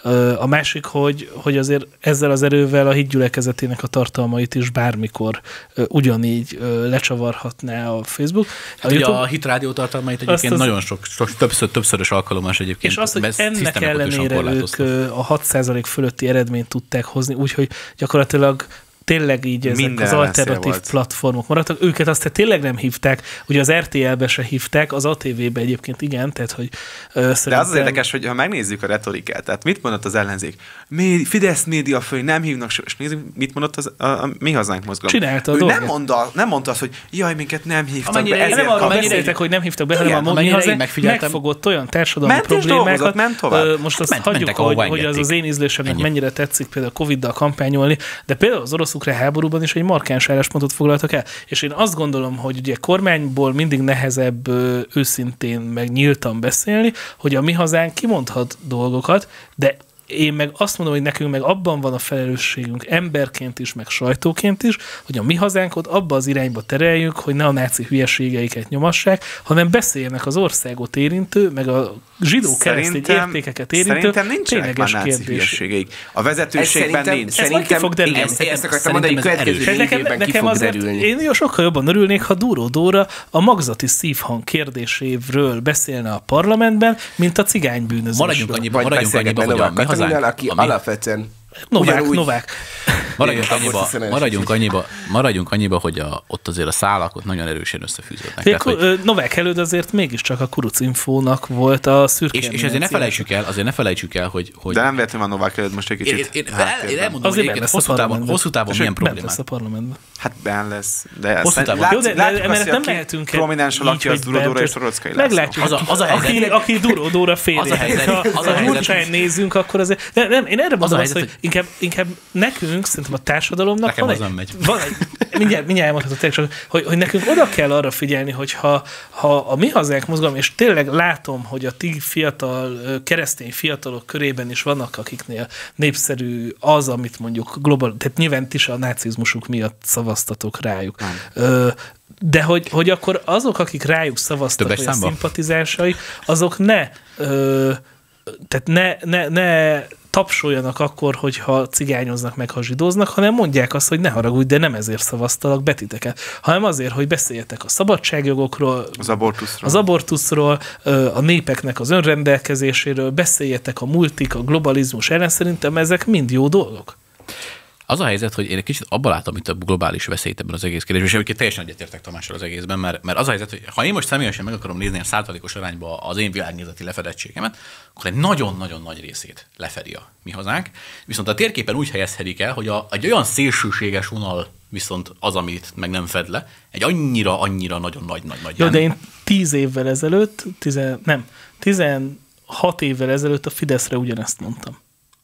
A másik, hogy, hogy azért ezzel az erővel a hitgyülekezetének a tartalmait is bármikor ugyanígy lecsavarhatná a Facebook. A, hát YouTube, a Hit Rádió tartalmait egyébként az, nagyon sok, sok többször, többszörös alkalommal egyébként. És az, hogy ennek ellenére ők a hat százalék fölötti eredményt tudták hozni, úgyhogy gyakorlatilag tényleg így ezek minden az alternatív platformok maradtak. Őket azt tényleg nem hívták, ugye az er té el-be se hívták, az á té vé-be egyébként igen, tehát hogy ö, szerintem... De az az érdekes, hogy ha megnézzük a retorikát, tehát mit mondott az ellenzék? Médi, Fidesz média fő, nem hívnak, és nézzük, mit mondott az, a, a Mi Hazánk mozgalom. Csinálta a ő dolgot. nem mondta, nem mondta azt, hogy jaj, minket nem hívtak amennyire be, ezért nem arra beszéltek, hogy nem hívtak be, hanem a Mi Hazánk megfogott olyan társadalmi ment problémákat. Ment tovább. Most azt hagyjuk, hogy az az én ízlésemnek mennyire tetszik például Coviddal kampányolni, de például az orosz-ukrán háborúban is egy markáns álláspontot foglaltak el. És én azt gondolom, hogy ugye kormányból mindig nehezebb őszintén meg nyíltan beszélni, hogy a Mi Hazánk kimondhat dolgokat, de én meg azt mondom, hogy nekünk meg abban van a felelősségünk emberként is, meg sajtóként is, hogy a Mi Hazánkot abba az irányba tereljük, hogy ne a náci hülyeségeiket nyomassák, hanem beszéljenek az országot érintő, meg a zsidó keresztény értékeket érintő. Szerintem nincsenek már náci hülyeségeik. A vezetőségben nincs. Ez szerintem, ki fog derülni. Ezt, ezt akartam mondani, hogy következő évben ki fog derülni. Én jó, sokkal jobban örülnék, ha Dúró Dóra a magzati szívhang kérdéséről beszélne a parlamentben, mint a cigánybűnözésről. Maradjunk annyiba, maradjunk annyiba, hogy a Mi Hazánk, aki alapvetően Novák, Novák. Maradjunk annyiba, maradjunk, annyiba, maradjunk annyiba, hogy a, ott azért a szálak ott nagyon erősen összefűződnek. Tehát, hogy... Novák előtt azért mégiscsak a Kurucinfónak volt a szürke. És, és azért ne felejtsük el, azért ne felejtsük el, hogy... hogy... De nem véletlenül van Novák előtt most egy kicsit. Én, én, én elmondom, hogy egyébként hosszú távon, hosszú távon milyen problémák. lesz a parlamentben. Hát benn lesz. De hosszú távon. Jó, de nem mehetünk el. Prominens alakja az Dúró Dóra és Torockai László. Meglátjuk, aki Dúró Dóra férje. Ha Gyurcsányt nézzünk, akkor azért... Nem, én erre mondom azt, hogy inkább nekünk, szerintem a társadalomnak nekem van, egy, nem megy. van egy, mindjárt, mindjárt elmondhatok, csak, hogy, hogy nekünk oda kell arra figyelni, hogy ha, ha a Mi Hazánk mozgalom, és tényleg látom, hogy a ti fiatal, keresztény fiatalok körében is vannak, akiknél népszerű az, amit mondjuk global, tehát nyilván ti is a nácizmusuk miatt szavaztatok rájuk. Ö, de hogy, hogy akkor azok, akik rájuk szavaztak, vagy a szimpatizásai, azok ne ö, tehát ne, ne, ne tapsoljanak akkor, hogyha cigányoznak meg, ha zsidóznak, hanem mondják azt, hogy ne haragudj, de nem ezért szavaztalak be titeket, hanem azért, hogy beszéljetek a szabadságjogokról, az abortuszról, az abortuszról, a népeknek az önrendelkezéséről, beszéljetek a multik, a globalizmus ellen, szerintem ezek mind jó dolgok. Az a helyzet, hogy én egy kicsit abban látom itt a globális veszélyt ebben az egész kérdésben, és egyébként teljesen egyetértek Tamással az egészben, mert, mert az a helyzet, hogy ha én most személyesen meg akarom nézni a százalékos arányba az én világnézeti lefedettségemet, akkor egy nagyon-nagyon nagy részét lefedi a Mi Hazánk. Viszont a térképen úgy helyezhetik el, hogy a, egy olyan szélsőséges vonal viszont az, amit meg nem fed le, egy annyira-annyira nagyon-nagy-nagy-nagy. Jó, de én tíz évvel ezelőtt, tizen, nem, tizenhat évvel ezelőtt a Fideszre ugyanezt mondtam.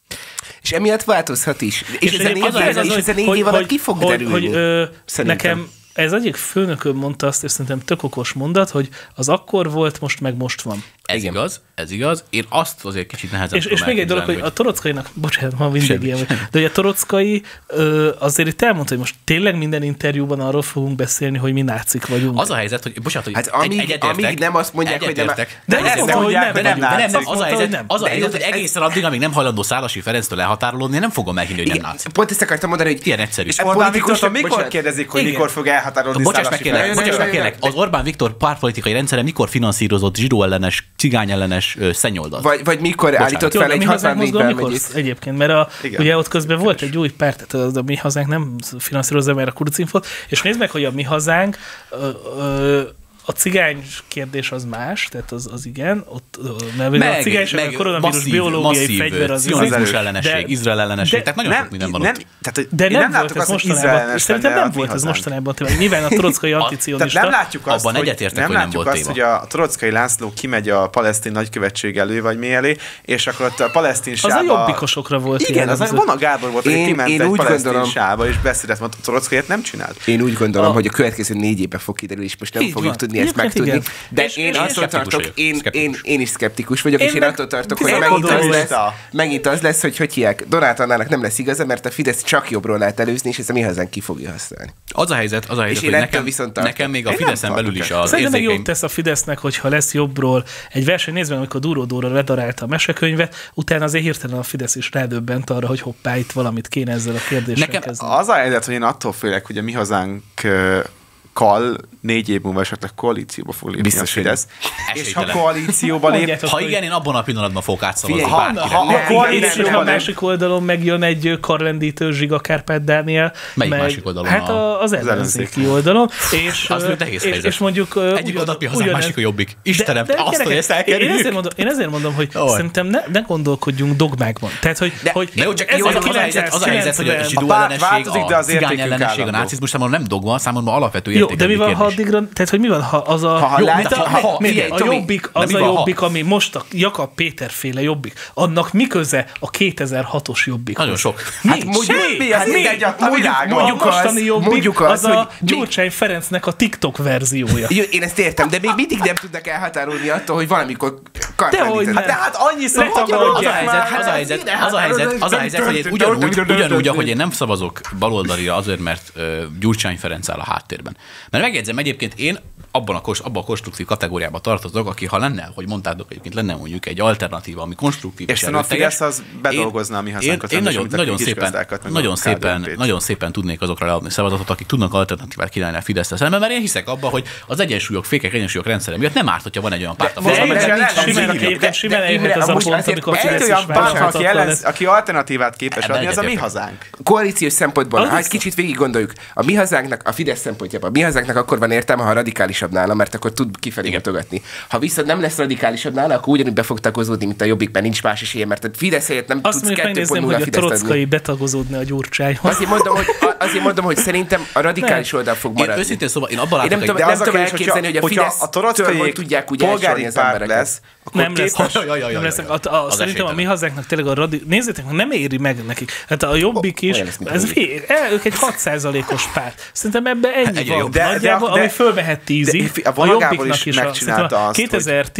És emiatt változhat is. És, és ezen négy év alatt ki fog derülni. Hogy, ö, nekem ez egyik főnököm mondta azt, és szerintem tök okos mondat, hogy az akkor volt, most meg most van. Ez Igen. igaz, ez igaz. Én azt azért kicsit nehezen És, és még egy dolog, hogy, hogy a Torockainak, bocsánat, ma mindig ilyen, de ugye a Torockai ö, azért itt elmondta, hogy most tényleg minden interjúban arról fogunk beszélni, hogy mi nácik vagyunk. Az a helyzet, hogy bocsánat, hogy Hát amíg, egy, amíg nem azt mondják, hogy nem... De, De azt mondta, hogy nem, de nem, de nem, nem, az a helyzet, nem. az a De helyzet, ez- hogy ez- egészen addig, amíg nem hajlandó Szálasi Ferenctől elhatárolódni, nem fogom elhinni, hogy nem Igen, náci. pont ezt akartam mondani, hogy... Ilyen egyszerű. És Orbán politikusok- Viktortól mikor bocsánat. kérdezik, hogy Igen. mikor fog elhatárolni Bocsáss meg Szálasi kérlek, Ferenc? bocsáss meg ne, ne, kérlek, az Orbán Viktor pártpolitikai rendszere mikor finanszírozott zsidóellenes, cigányellenes ö, szennyoldat? Vagy, vagy mikor Bocsánat. állított Jó, fel de egy mi hazánk hatvannégy mozgalom mikor belmegyét? egyébként, mert a, Igen. ugye ott közben volt egy új párt, tehát a mi hazánk nem finanszírozza már a kurucinfot, és nézd meg, hogy a mi hazánk ö, ö, a cigány kérdés az más, tehát az, az igen, ott ö, mert a cigányság, a koronavírus masszív, biológiai masszív fegyver az cionizmus az ellenesség, de- Izrael ellenesség, de- tehát nagyon Nem, sok minden van nem, ott. tehát, hogy De én nem, nem volt látok ez azt, hogy mostanában. izraellenes Szerintem lenne nem a mi volt ez hazánk. mostanában. Tényleg. Nyilván a Toroczkai A- anticionista. Tehát nem látjuk azt, Abban hogy, egyetértek, nem hogy nem látjuk volt azt, téma. hogy a Toroczkai László kimegy a palesztin nagykövetség elő, vagy mi elé, és akkor ott a palesztin Az a sába... jobbikosokra volt Igen, az jellemző. van a Gábor volt, aki Én- kiment én egy úgy palesztin gondolom- sába, és beszédet mondta, a Toroczkaiet nem csinált. Én úgy gondolom, A- hogy a következő négy évben fog kiderülni, és most nem Így fogjuk van. tudni ezt Egyébként megtudni. igen. De És- én és- attól és szkeptikus tartok, vagyok. én, én, Szkeptikus. én is szkeptikus vagyok, Én és én meg attól tartok, hogy tizenhat megint az, dolog. lesz, megint az lesz, hogy hogy hívják, Donát Annának nem lesz igaza, mert a Fidesz csak jobbról lehet előzni, és ezt a mi hazánk ki fogja használni. Az a helyzet, az a helyzet, én hogy ettől nekem, viszont tartok. nekem még a Én nem Fideszen tartok belül is ettől. az Szerintem meg érzékeim... jót tesz a Fidesznek, hogyha lesz jobbról egy verseny. Nézd meg, amikor Duró Dóra ledarálta a mesekönyvet, utána azért hirtelen a Fidesz is rádöbbent arra, hogy hoppá, itt valamit kéne ezzel a kérdéssel Nekem kezdeni. Az a helyzet, hogy én attól félek, hogy a mi hazánkkal négy év múlva esetleg koalícióba fog lépni Biztos, a Fidesz. hogy És ha esélytelen. koalícióba lép, Mondjátok, Ha hogy- igen, én abban a pillanatban fogok átszavazni Figyelj, bárkire. ha- ha- Ne, a koalícióban És ha a lép- másik oldalon megjön egy karlendítő Zsiga Kárpát Dániel. Melyik meg, másik oldalon? Hát a, az ellenzéki. ellenzéki oldalon. És, Az ö, mondjuk nehéz és, helyzet. és mondjuk... ö, Egyik ugyan- oldalt mi hazánk, ugyanez- másik a jobbik. Istenem, azt, gyerekek, hogy ezt én elkerüljük. ezért mondom, én ezért mondom, hogy Ó. szerintem ne, ne gondolkodjunk dogmákban. Tehát, hogy, De- hogy De jó, csak az, az, a helyzet, az a helyzet, hogy a zsidó A párt ellenesség, változik, de a az cigány értékünk ellenesség, a állandó. nácizmus számomra nem dogma, számomra alapvető jó, értékelő de mi van, ha kérdés. addigra, tehát hogy mi van, ha az a, Ha- jó, lát- mint a, ha- ha- mi- figyelj, a Tomi, jobbik, de az mi a van, ha- jobbik, ami most a Jakab Péter féle jobbik, annak mi köze a kétezer-hatos jobbik? Nagyon sok. Hát mondjuk, mi? Az mindegy a mondjuk, világon. mondjuk a mostani az, jobbik, mondjuk az, az a hogy még- Gyurcsány Ferencnek a TikTok verziója. Jó, én ezt értem, de még mindig nem tudnak elhatárolni attól, hogy valamikor Dehogy kartlandítanak. nem. de hát annyi szó Letagadják. Az a helyzet, az a helyzet, az a helyzet, az a helyzet, hogy én ugyanúgy, ugyanúgy, ahogy én nem szavazok baloldalira azért, mert uh, Gyurcsány Ferenc áll a háttérben. Mert megjegyzem, egyébként én abban a, kos, abban a konstruktív kategóriában tartozok, aki ha lenne, hogy mondtátok egyébként, lenne mondjuk egy alternatíva, ami konstruktív És a Fidesz az bedolgozná a mi hazánkat, Én, én rendes, nagyon, mint a nagyon, kis szépen, gazdákat, meg nagyon, a szépen, ká dé en pét. nagyon szépen tudnék azokra leadni szavazatot, akik tudnak alternatívát kínálni a Fideszre szemben, mert én hiszek abban, hogy az egyensúlyok, fékek egyensúlyok rendszere miatt nem árt, hogyha van egy olyan párt, De ahol egyébként de- nincs de- simán, de- egyébként de- simán de- eljöhet Imre, az a amúgy pont, azért amikor a egy Fidesz Egy is olyan párt, aki, vállalhatatlan ellen, lesz. aki alternatívát képes Ebben adni, az a mi egyetértek. hazánk. Koalíciós szempontból, Az ha egy biztos. kicsit végig gondoljuk, a mi hazánknak, a Fidesz szempontjában, a mi hazánknak akkor van értelme, ha radikálisabb nála, mert akkor tud kifelé mutogatni. Ha viszont nem lesz radikálisabb nála, akkor ugyanúgy be fog tagozódni, mint a Jobbik, mert nincs más esélye, mert a Fidesz helyett nem Azt tudsz mondjuk kettő megnézném, pont nulla hogy a Fideszt Toroczkai adni. betagozódna a Gyurcsányhoz. Azért mondom, hogy, azért mondom, hogy szerintem a radikális oldal fog Én maradni. őszintén szóval, én abban Én nem látok tudom, egy... nem tudom kérdés, elképzelni, hogy a hogyha Fidesz a Toroczkai hogy tudják úgy elsorolni polgári az párt embereket. lesz, akkor Nem lesz. képes... Jaj, jaj, jaj, Nem jaj, lesznek. jaj. A, a, Az szerintem a mi esélytelen. hazánknak tényleg a radi... Nézzétek, hogy nem éri meg nekik. Hát a Jobbik is, olyan lesz, mint ez a fi, el, ők egy hat százalékos párt. Szerintem ebben ennyi Egyre van. jobb. De- de- Nagyjából, de- ami fölmehet tízig. de a Vona Gábor is a- megcsinálta szerintem a azt, hogy-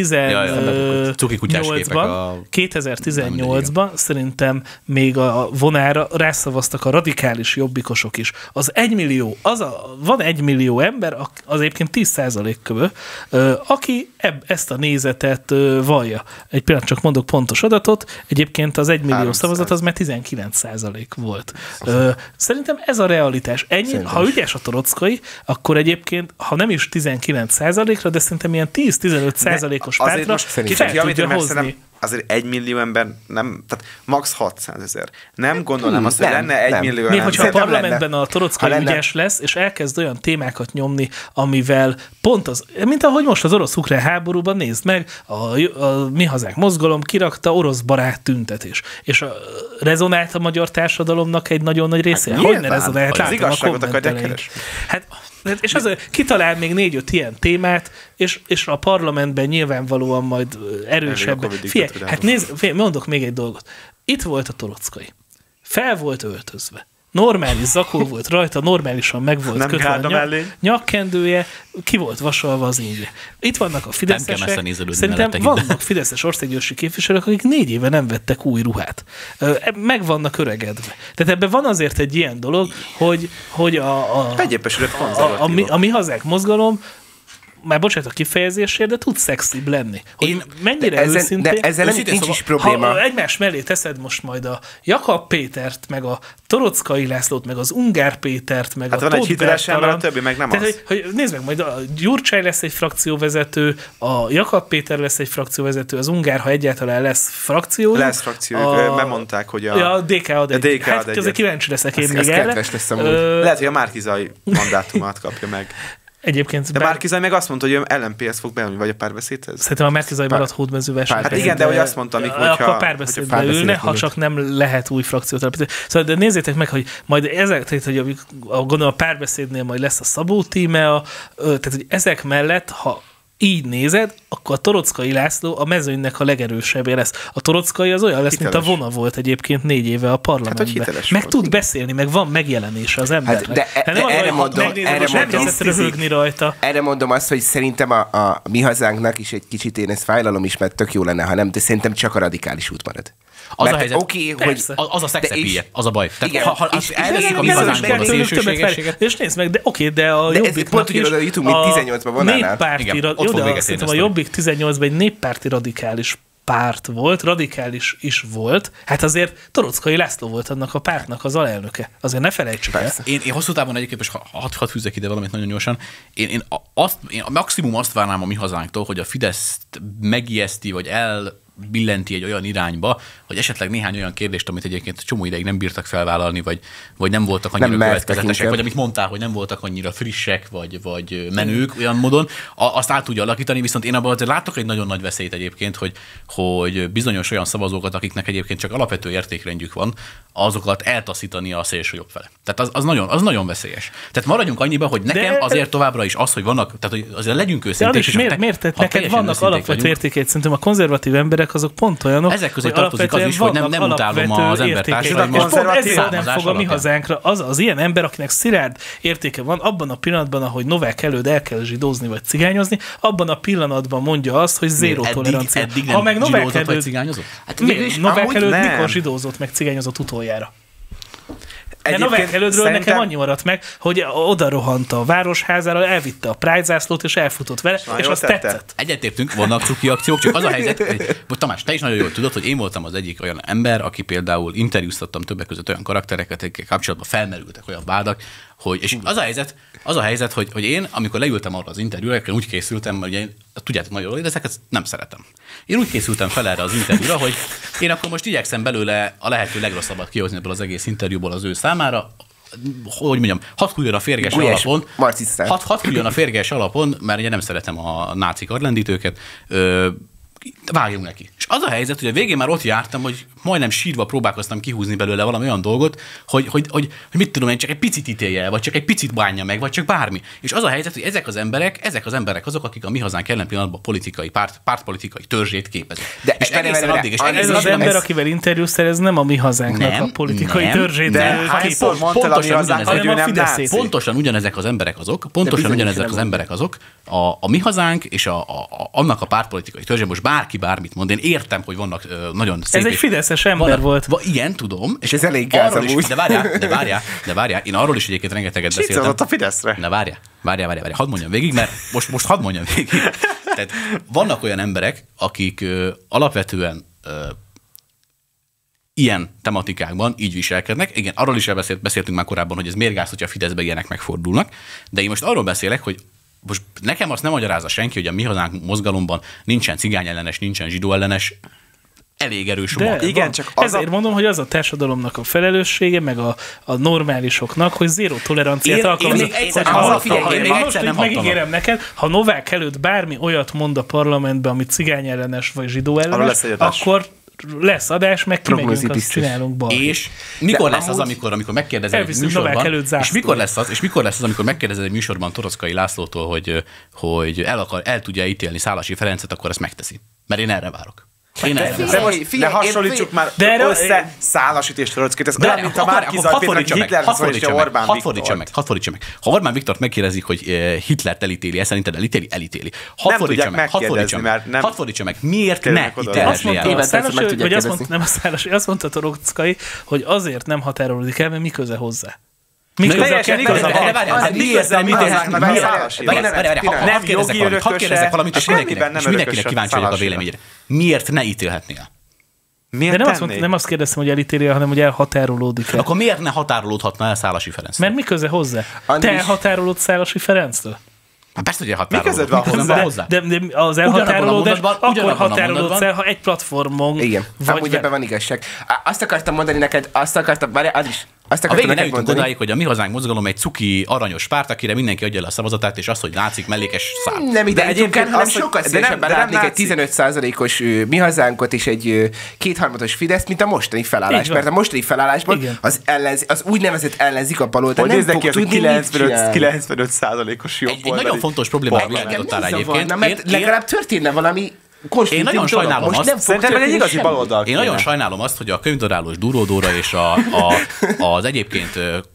Jaj, cuki kutyás képek kétezer-tizennyolcban a- kétezer-tizennyolcban szerintem még a vonára rászavaztak a radikális jobbikosok is. Az egymillió, az a, van egymillió ember, az egyébként tíz százalék kb., aki eb, ezt a nézetet ö, vallja. Egy pillanat csak mondok pontos adatot, egyébként az egymillió háromszáz. szavazat az már tizenkilenc százalék volt. Ö, Szerintem ez a realitás. Ennyi, ha ügyes a Toroczkai, akkor egyébként, ha nem is tizenkilenc százalékra, de szerintem ilyen tíz-tizenöt százalékos Azért pártra most fel kicsit tudja javítom, mert hozni. szerintem azért egy millió ember nem, tehát max hatszázezer. Nem gondolnám azt, hogy nem, lenne egy nem. millió Még ember. hogyha a Szerintem parlamentben lenne. a Toroczkai Ha lenne. ügyes lesz, és elkezd olyan témákat nyomni, amivel pont az, mint ahogy most az orosz-ukrán háborúban, nézd meg, a, a Mi Hazánk mozgalom kirakta orosz barát tüntetés. És a, rezonált a magyar társadalomnak egy nagyon nagy része. Hát Hogy ne nyilván, rezonált? az Látom a igazságot akarják kommenteleit. keresni. Hát, és az, kitalál még négy-öt ilyen témát, és, és a parlamentben nyilvánvalóan majd Elég a erősebben. Covid Figyelj, diktatúrához. hát nézd, figyelj, mondok még egy dolgot. Itt volt a Toroczkai. Fel volt öltözve. normális zakó volt rajta, normálisan meg volt nem kötve a nyak, nyakkendője, ki volt vasalva az ingye. Itt vannak a fideszesek, szerintem vannak fideszes országgyűlési képviselők, akik négy éve nem vettek új ruhát. Meg vannak öregedve. Tehát ebben van azért egy ilyen dolog, hogy, hogy a, a, a, a, a, mi, a mi hazák mozgalom már bocsánat a kifejezésért, de tud szexibb lenni. Hogy én mennyire de ezen, őszintén... De ezzel nincs szóval, is probléma. Ha egymás mellé teszed most majd a Jakab Pétert, meg a Torockai Lászlót, meg az Ungár Pétert, meg hát a Tóth Bertalan... a többi meg nem tehát, az. Hogy, hogy nézd meg, majd a Gyurcsány lesz egy frakcióvezető, a Jakab Péter lesz egy frakcióvezető, az Ungár, ha egyáltalán lesz frakció. Lesz frakció, a... bemondták, hogy a... Ja, a dé ká ad egy. dé ká ad hát egy. azért kíváncsi leszek én ez, még ez erre. Ö... Lehet, hogy a Márki-Zay mandátumát kapja meg. Egyébként de bár... Márki-Zay meg azt mondta, hogy el em pé es fog beülni, vagy a Párbeszédhez? Szerintem a Márki-Zay marad hódmezőverseny. Hát igen, de hogy azt mondta, amikor, hogyha... Akkor párbeszédbe ülne, ha csak nem lehet új frakciót alapítani. Szóval de nézzétek meg, hogy majd ezek, tehát, hogy a, gondolom a párbeszédnél majd lesz a Szabó tíme, a, tehát hogy ezek mellett, ha így nézed, akkor a Torockai László a mezőnynek a legerősebbje lesz. A Torockai az olyan lesz, hiteles. Mint a Vona volt egyébként négy éve a parlamentben. Hát, meg volt. Tud beszélni, meg van megjelenése az embernek. Hát, de, de nem erre, van, mondom, megnézed, erre, mondom, nem röhögni rajta. Erre mondom azt, hogy szerintem a, a mi hazánknak is egy kicsit én ezt fájlalom is, mert tök jó lenne, ha nem, de szerintem csak a radikális út marad. Az mert a helyzet, okay, hogy, az a szexepíje, az a baj. Tehát, igen, ha, ha és, elveszik a mi hazánkból a szélsőségességet. És nézd meg, de oké, de a de Jobbiknak is pont jutunk, mint tizennyolcban vonálnál. Jó, de szerintem a Jobbik tizennyolcban egy néppárti radikális párt volt, radikális is volt, hát azért Torockai László volt annak a pártnak az alelnöke. Azért ne felejtsük el. Én, én hosszú távon egyébként, és hadd had fűzzek ide valamit nagyon gyorsan, én, én, azt, én a maximum azt várnám a mi hazánktól, hogy a Fideszt megijeszti, vagy el billenti egy olyan irányba, hogy esetleg néhány olyan kérdést, amit egyébként csomó ideig nem bírtak felvállalni, vagy, vagy nem voltak annyira nem következetesek, vagy amit mondtál, hogy nem voltak annyira frissek, vagy, vagy menők olyan módon, azt át tudja alakítani, viszont én abban azért látok egy nagyon nagy veszélyt egyébként, hogy, hogy bizonyos olyan szavazókat, akiknek egyébként csak alapvető értékrendjük van, azokat eltaszítani a szélső jobb fele. Tehát az, az, nagyon, az nagyon veszélyes. Tehát maradjunk annyiba, hogy nekem de... azért továbbra is az, hogy vannak, tehát hogy azért legyünk őszinték. De miért, miért te, neked vannak alapvető értékeid? Szerintem a konzervatív emberek azok pont olyanok, ezek közé tartozik az is, hogy nem, nem utálom az embertársadalmat. És pont ezért nem fog a mi hazánkra az, az ilyen ember, akinek szilárd értéke van, abban a pillanatban, ahogy Novák előtt el kell zsidózni vagy cigányozni, abban a pillanatban mondja azt, hogy zéró tolerancia. Eddig nem ha meg Novák előtt cigányozott? Hát Novák előtt mikor zsidózott meg cigányozott utoljára? De Novák elődről szerintem... nekem annyi maradt meg, hogy oda rohant a városházára, elvitte a Pride zászlót, és elfutott vele, és azt tetszett. Egyetértünk, vannak cuki akciók, csak az a helyzet, hogy Tamás, te is nagyon jól tudod, hogy én voltam az egyik olyan ember, aki például interjúztattam többek között olyan karaktereket, akikkel kapcsolatban felmerültek olyan vádak, hogy, és az a helyzet, az a helyzet hogy, hogy én, amikor leültem arra az interjúra, úgy készültem, mert ugye, tudjátok nagyon jól, de ezeket nem szeretem. Én úgy készültem fel erre az interjúra, hogy én akkor most igyekszem belőle a lehető legrosszabbat kihozni ebből az egész interjúból az ő számára, hogy mondjam, hadd hújjon a férges Gulyás alapon, hadd had hújjon a férges alapon, mert ugye nem szeretem a náci karlendítőket, ö, vágjunk neki. És az a helyzet, hogy a végén már ott jártam, hogy majdnem sírva próbálkoztam kihúzni belőle valami olyan dolgot, hogy, hogy, hogy, hogy mit tudom én, csak egy picit ítélje el, vagy csak egy picit bánja meg, vagy csak bármi. És az a helyzet, hogy ezek az emberek, ezek az emberek azok, akik a mi hazánk jelen pillanatban politikai, párt, pártpolitikai törzsét képezik. De és egészen addig, és ez az ember, akivel interjúztál, ez nem a mi hazánknak nem, a politikai nem, törzsét. De hányszor mondtad a mi hazánk, hogy ő nem náci. Pontosan ugyanezek az emberek azok, pontosan ugyanezek az emberek azok, a, a mi hazánk és a, a, a, annak a pártpolitikai törzsé, most bárki bármit mond, én értem, hogy vannak uh, nagyon szép. Ez egy fideszes ember vannak, volt. Va, igen, tudom. És ez elég gáz amúgy. De várjál, de várjál, de várjál. Én arról is egyébként rengeteget beszéltem. Csiccazott a Fideszre. De várjál, várjál, várjál, hadd mondjam végig, mert most, most hadd mondjam végig. Tehát vannak olyan emberek, akik uh, alapvetően uh, ilyen tematikákban így viselkednek. Igen, arról is elbeszélt, beszéltünk már korábban, hogy ez miért gáz, hogyha a Fideszbe ilyenek megfordulnak. De én most arról beszélek, hogy most nekem azt nem magyarázza senki, hogy a mi hazánk mozgalomban nincsen cigányellenes, nincsen zsidóellenes, elég erős mag. Igen, csak az ezért a... mondom, hogy az a társadalomnak a felelőssége, meg a, a normálisoknak, hogy zéró toleranciát alkalmaznak. Megígérem neked, ha Novák előtt bármi olyat mond a parlamentben, ami cigányellenes vagy zsidóellenes, akkor lesz adás, meg kimegyünk, azt csinálunk balhét. És mikor lesz az, amikor, amikor megkérdezed egy műsorban, és mikor lesz az, és mikor lesz az, amikor megkérdezed egy műsorban Torockai Lászlótól, hogy, hogy el, akar, el tudja ítélni Szálasi Ferencet, akkor ezt megteszi. Mert én erre várok. Ne hasonlítsuk már össze szálasítés Trockit. Ez olyan, mint a Márki-Zaj és Hitler és Orbán Viktor. Hadd fordítsa meg. Ha Orbán Viktort megkérdezik, hogy Hitlert elítéli, ezt szerinted elítéli? Elítéli. Hadd fordítsa meg. Hadd fordítsa meg. Miért ne ítélhessél el? Nem a Szálasi, azt mondta Torockai, hogy azért nem határolódik el, mert mi köze hozzá. Mi köze van? Mi köze? Nem kérdezek valamit, hadd kérdezek valamit, és mindenkinek kíváncsi vagyok a véleményére. Miért ne ítélhetnél? Miért De nem azt, mond, nem azt kérdeztem, hogy elítéli, hanem hogy elhatárolódik el. Akkor miért ne határolódhatna el Szálasi Ferenc? Mert mi köze hozzá? Te elhatárolódsz Szálasi Ferenctől? Hát persze, hogy elhatárolódsz. Mi között van hozzá? De, de, de az elhatárolódás akkor határolódsz el, ha egy platformon igen, amúgy ebben van igazság. Azt akartam mondani neked, azt akartam, várj, az is. Azt a végén eljutunk odáig, hogy a Mi Hazánk mozgalom egy cuki, aranyos párt, akire mindenki adja le a szavazatát, és az, hogy látszik mellékes szám. Nem ide egyébként, hanem sokkal szívesebben látnék egy tizenöt százalékos Mi Hazánkot és egy kétharmados Fidesz, mint a mostani felállás. Mert a mostani felállásban az, ellenz, az úgynevezett ellenzék a baloldal nem fog tudni kilencvenöt százalékos jobb Egy nagyon fontos problémával világítottál egyébként. Mert legalább történne valami. Én nagyon sajnálom azt, nem szerintem egy igazi baloldal. Én nagyon sajnálom azt, hogy a könyvdarálós Duródóra és a, a, az egyébként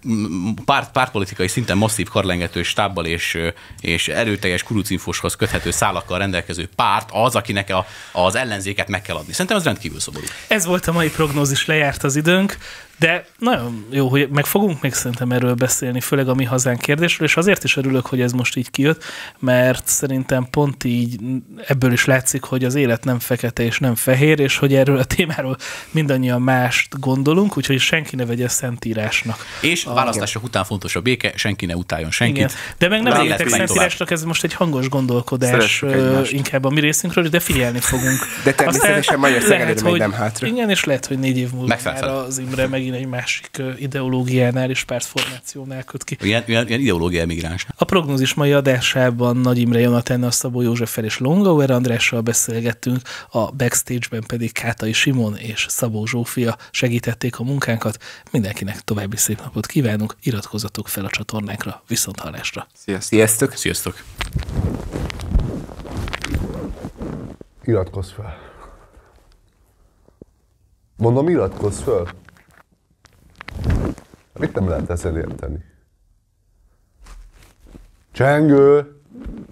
párt, pártpolitikai szinten masszív karlengető stábbal és, és erőteljes kurucinfoshoz köthető szálakkal rendelkező párt az, akinek a, az ellenzéket meg kell adni. Szerintem ez rendkívül szomorú. Ez volt a mai prognózis, lejárt az időnk. De nagyon jó, hogy meg fogunk még szerintem erről beszélni, főleg a Mi Hazánk kérdésről, és azért is örülök, hogy ez most így kijött, mert szerintem pont így ebből is látszik, hogy az élet nem fekete és nem fehér, és hogy erről a témáról mindannyian mást gondolunk, úgyhogy senki ne vegye szentírásnak. És a választások után fontos a béke, senki ne utáljon senkit. Igen. De meg nem vegyetek szentírásnak, ez most egy hangos gondolkodás inkább a mi részünkről, de figyelni fogunk. De természetesen Magyarországon még nem hátra. Igen, és lehet, hogy négy év múlva már az Imre megint egy másik ideológiánál és pártformációnál köt ki. Ilyen, ilyen, ilyen ideológia migráns. A prognózis mai adásában Nagy Imre Jonatánnal, Szabó Józseffel és Longauer Andrással beszélgettünk, a backstage-ben pedig Kátai Simon és Szabó Zsófia segítették a munkánkat. Mindenkinek további szép napot kívánunk, iratkozzatok fel a csatornánkra, viszonthallásra. Sziasztok! Sziasztok! Iratkozz fel. Mondom, iratkozz fel. Mit nem lehet ezzel érteni? Csengő!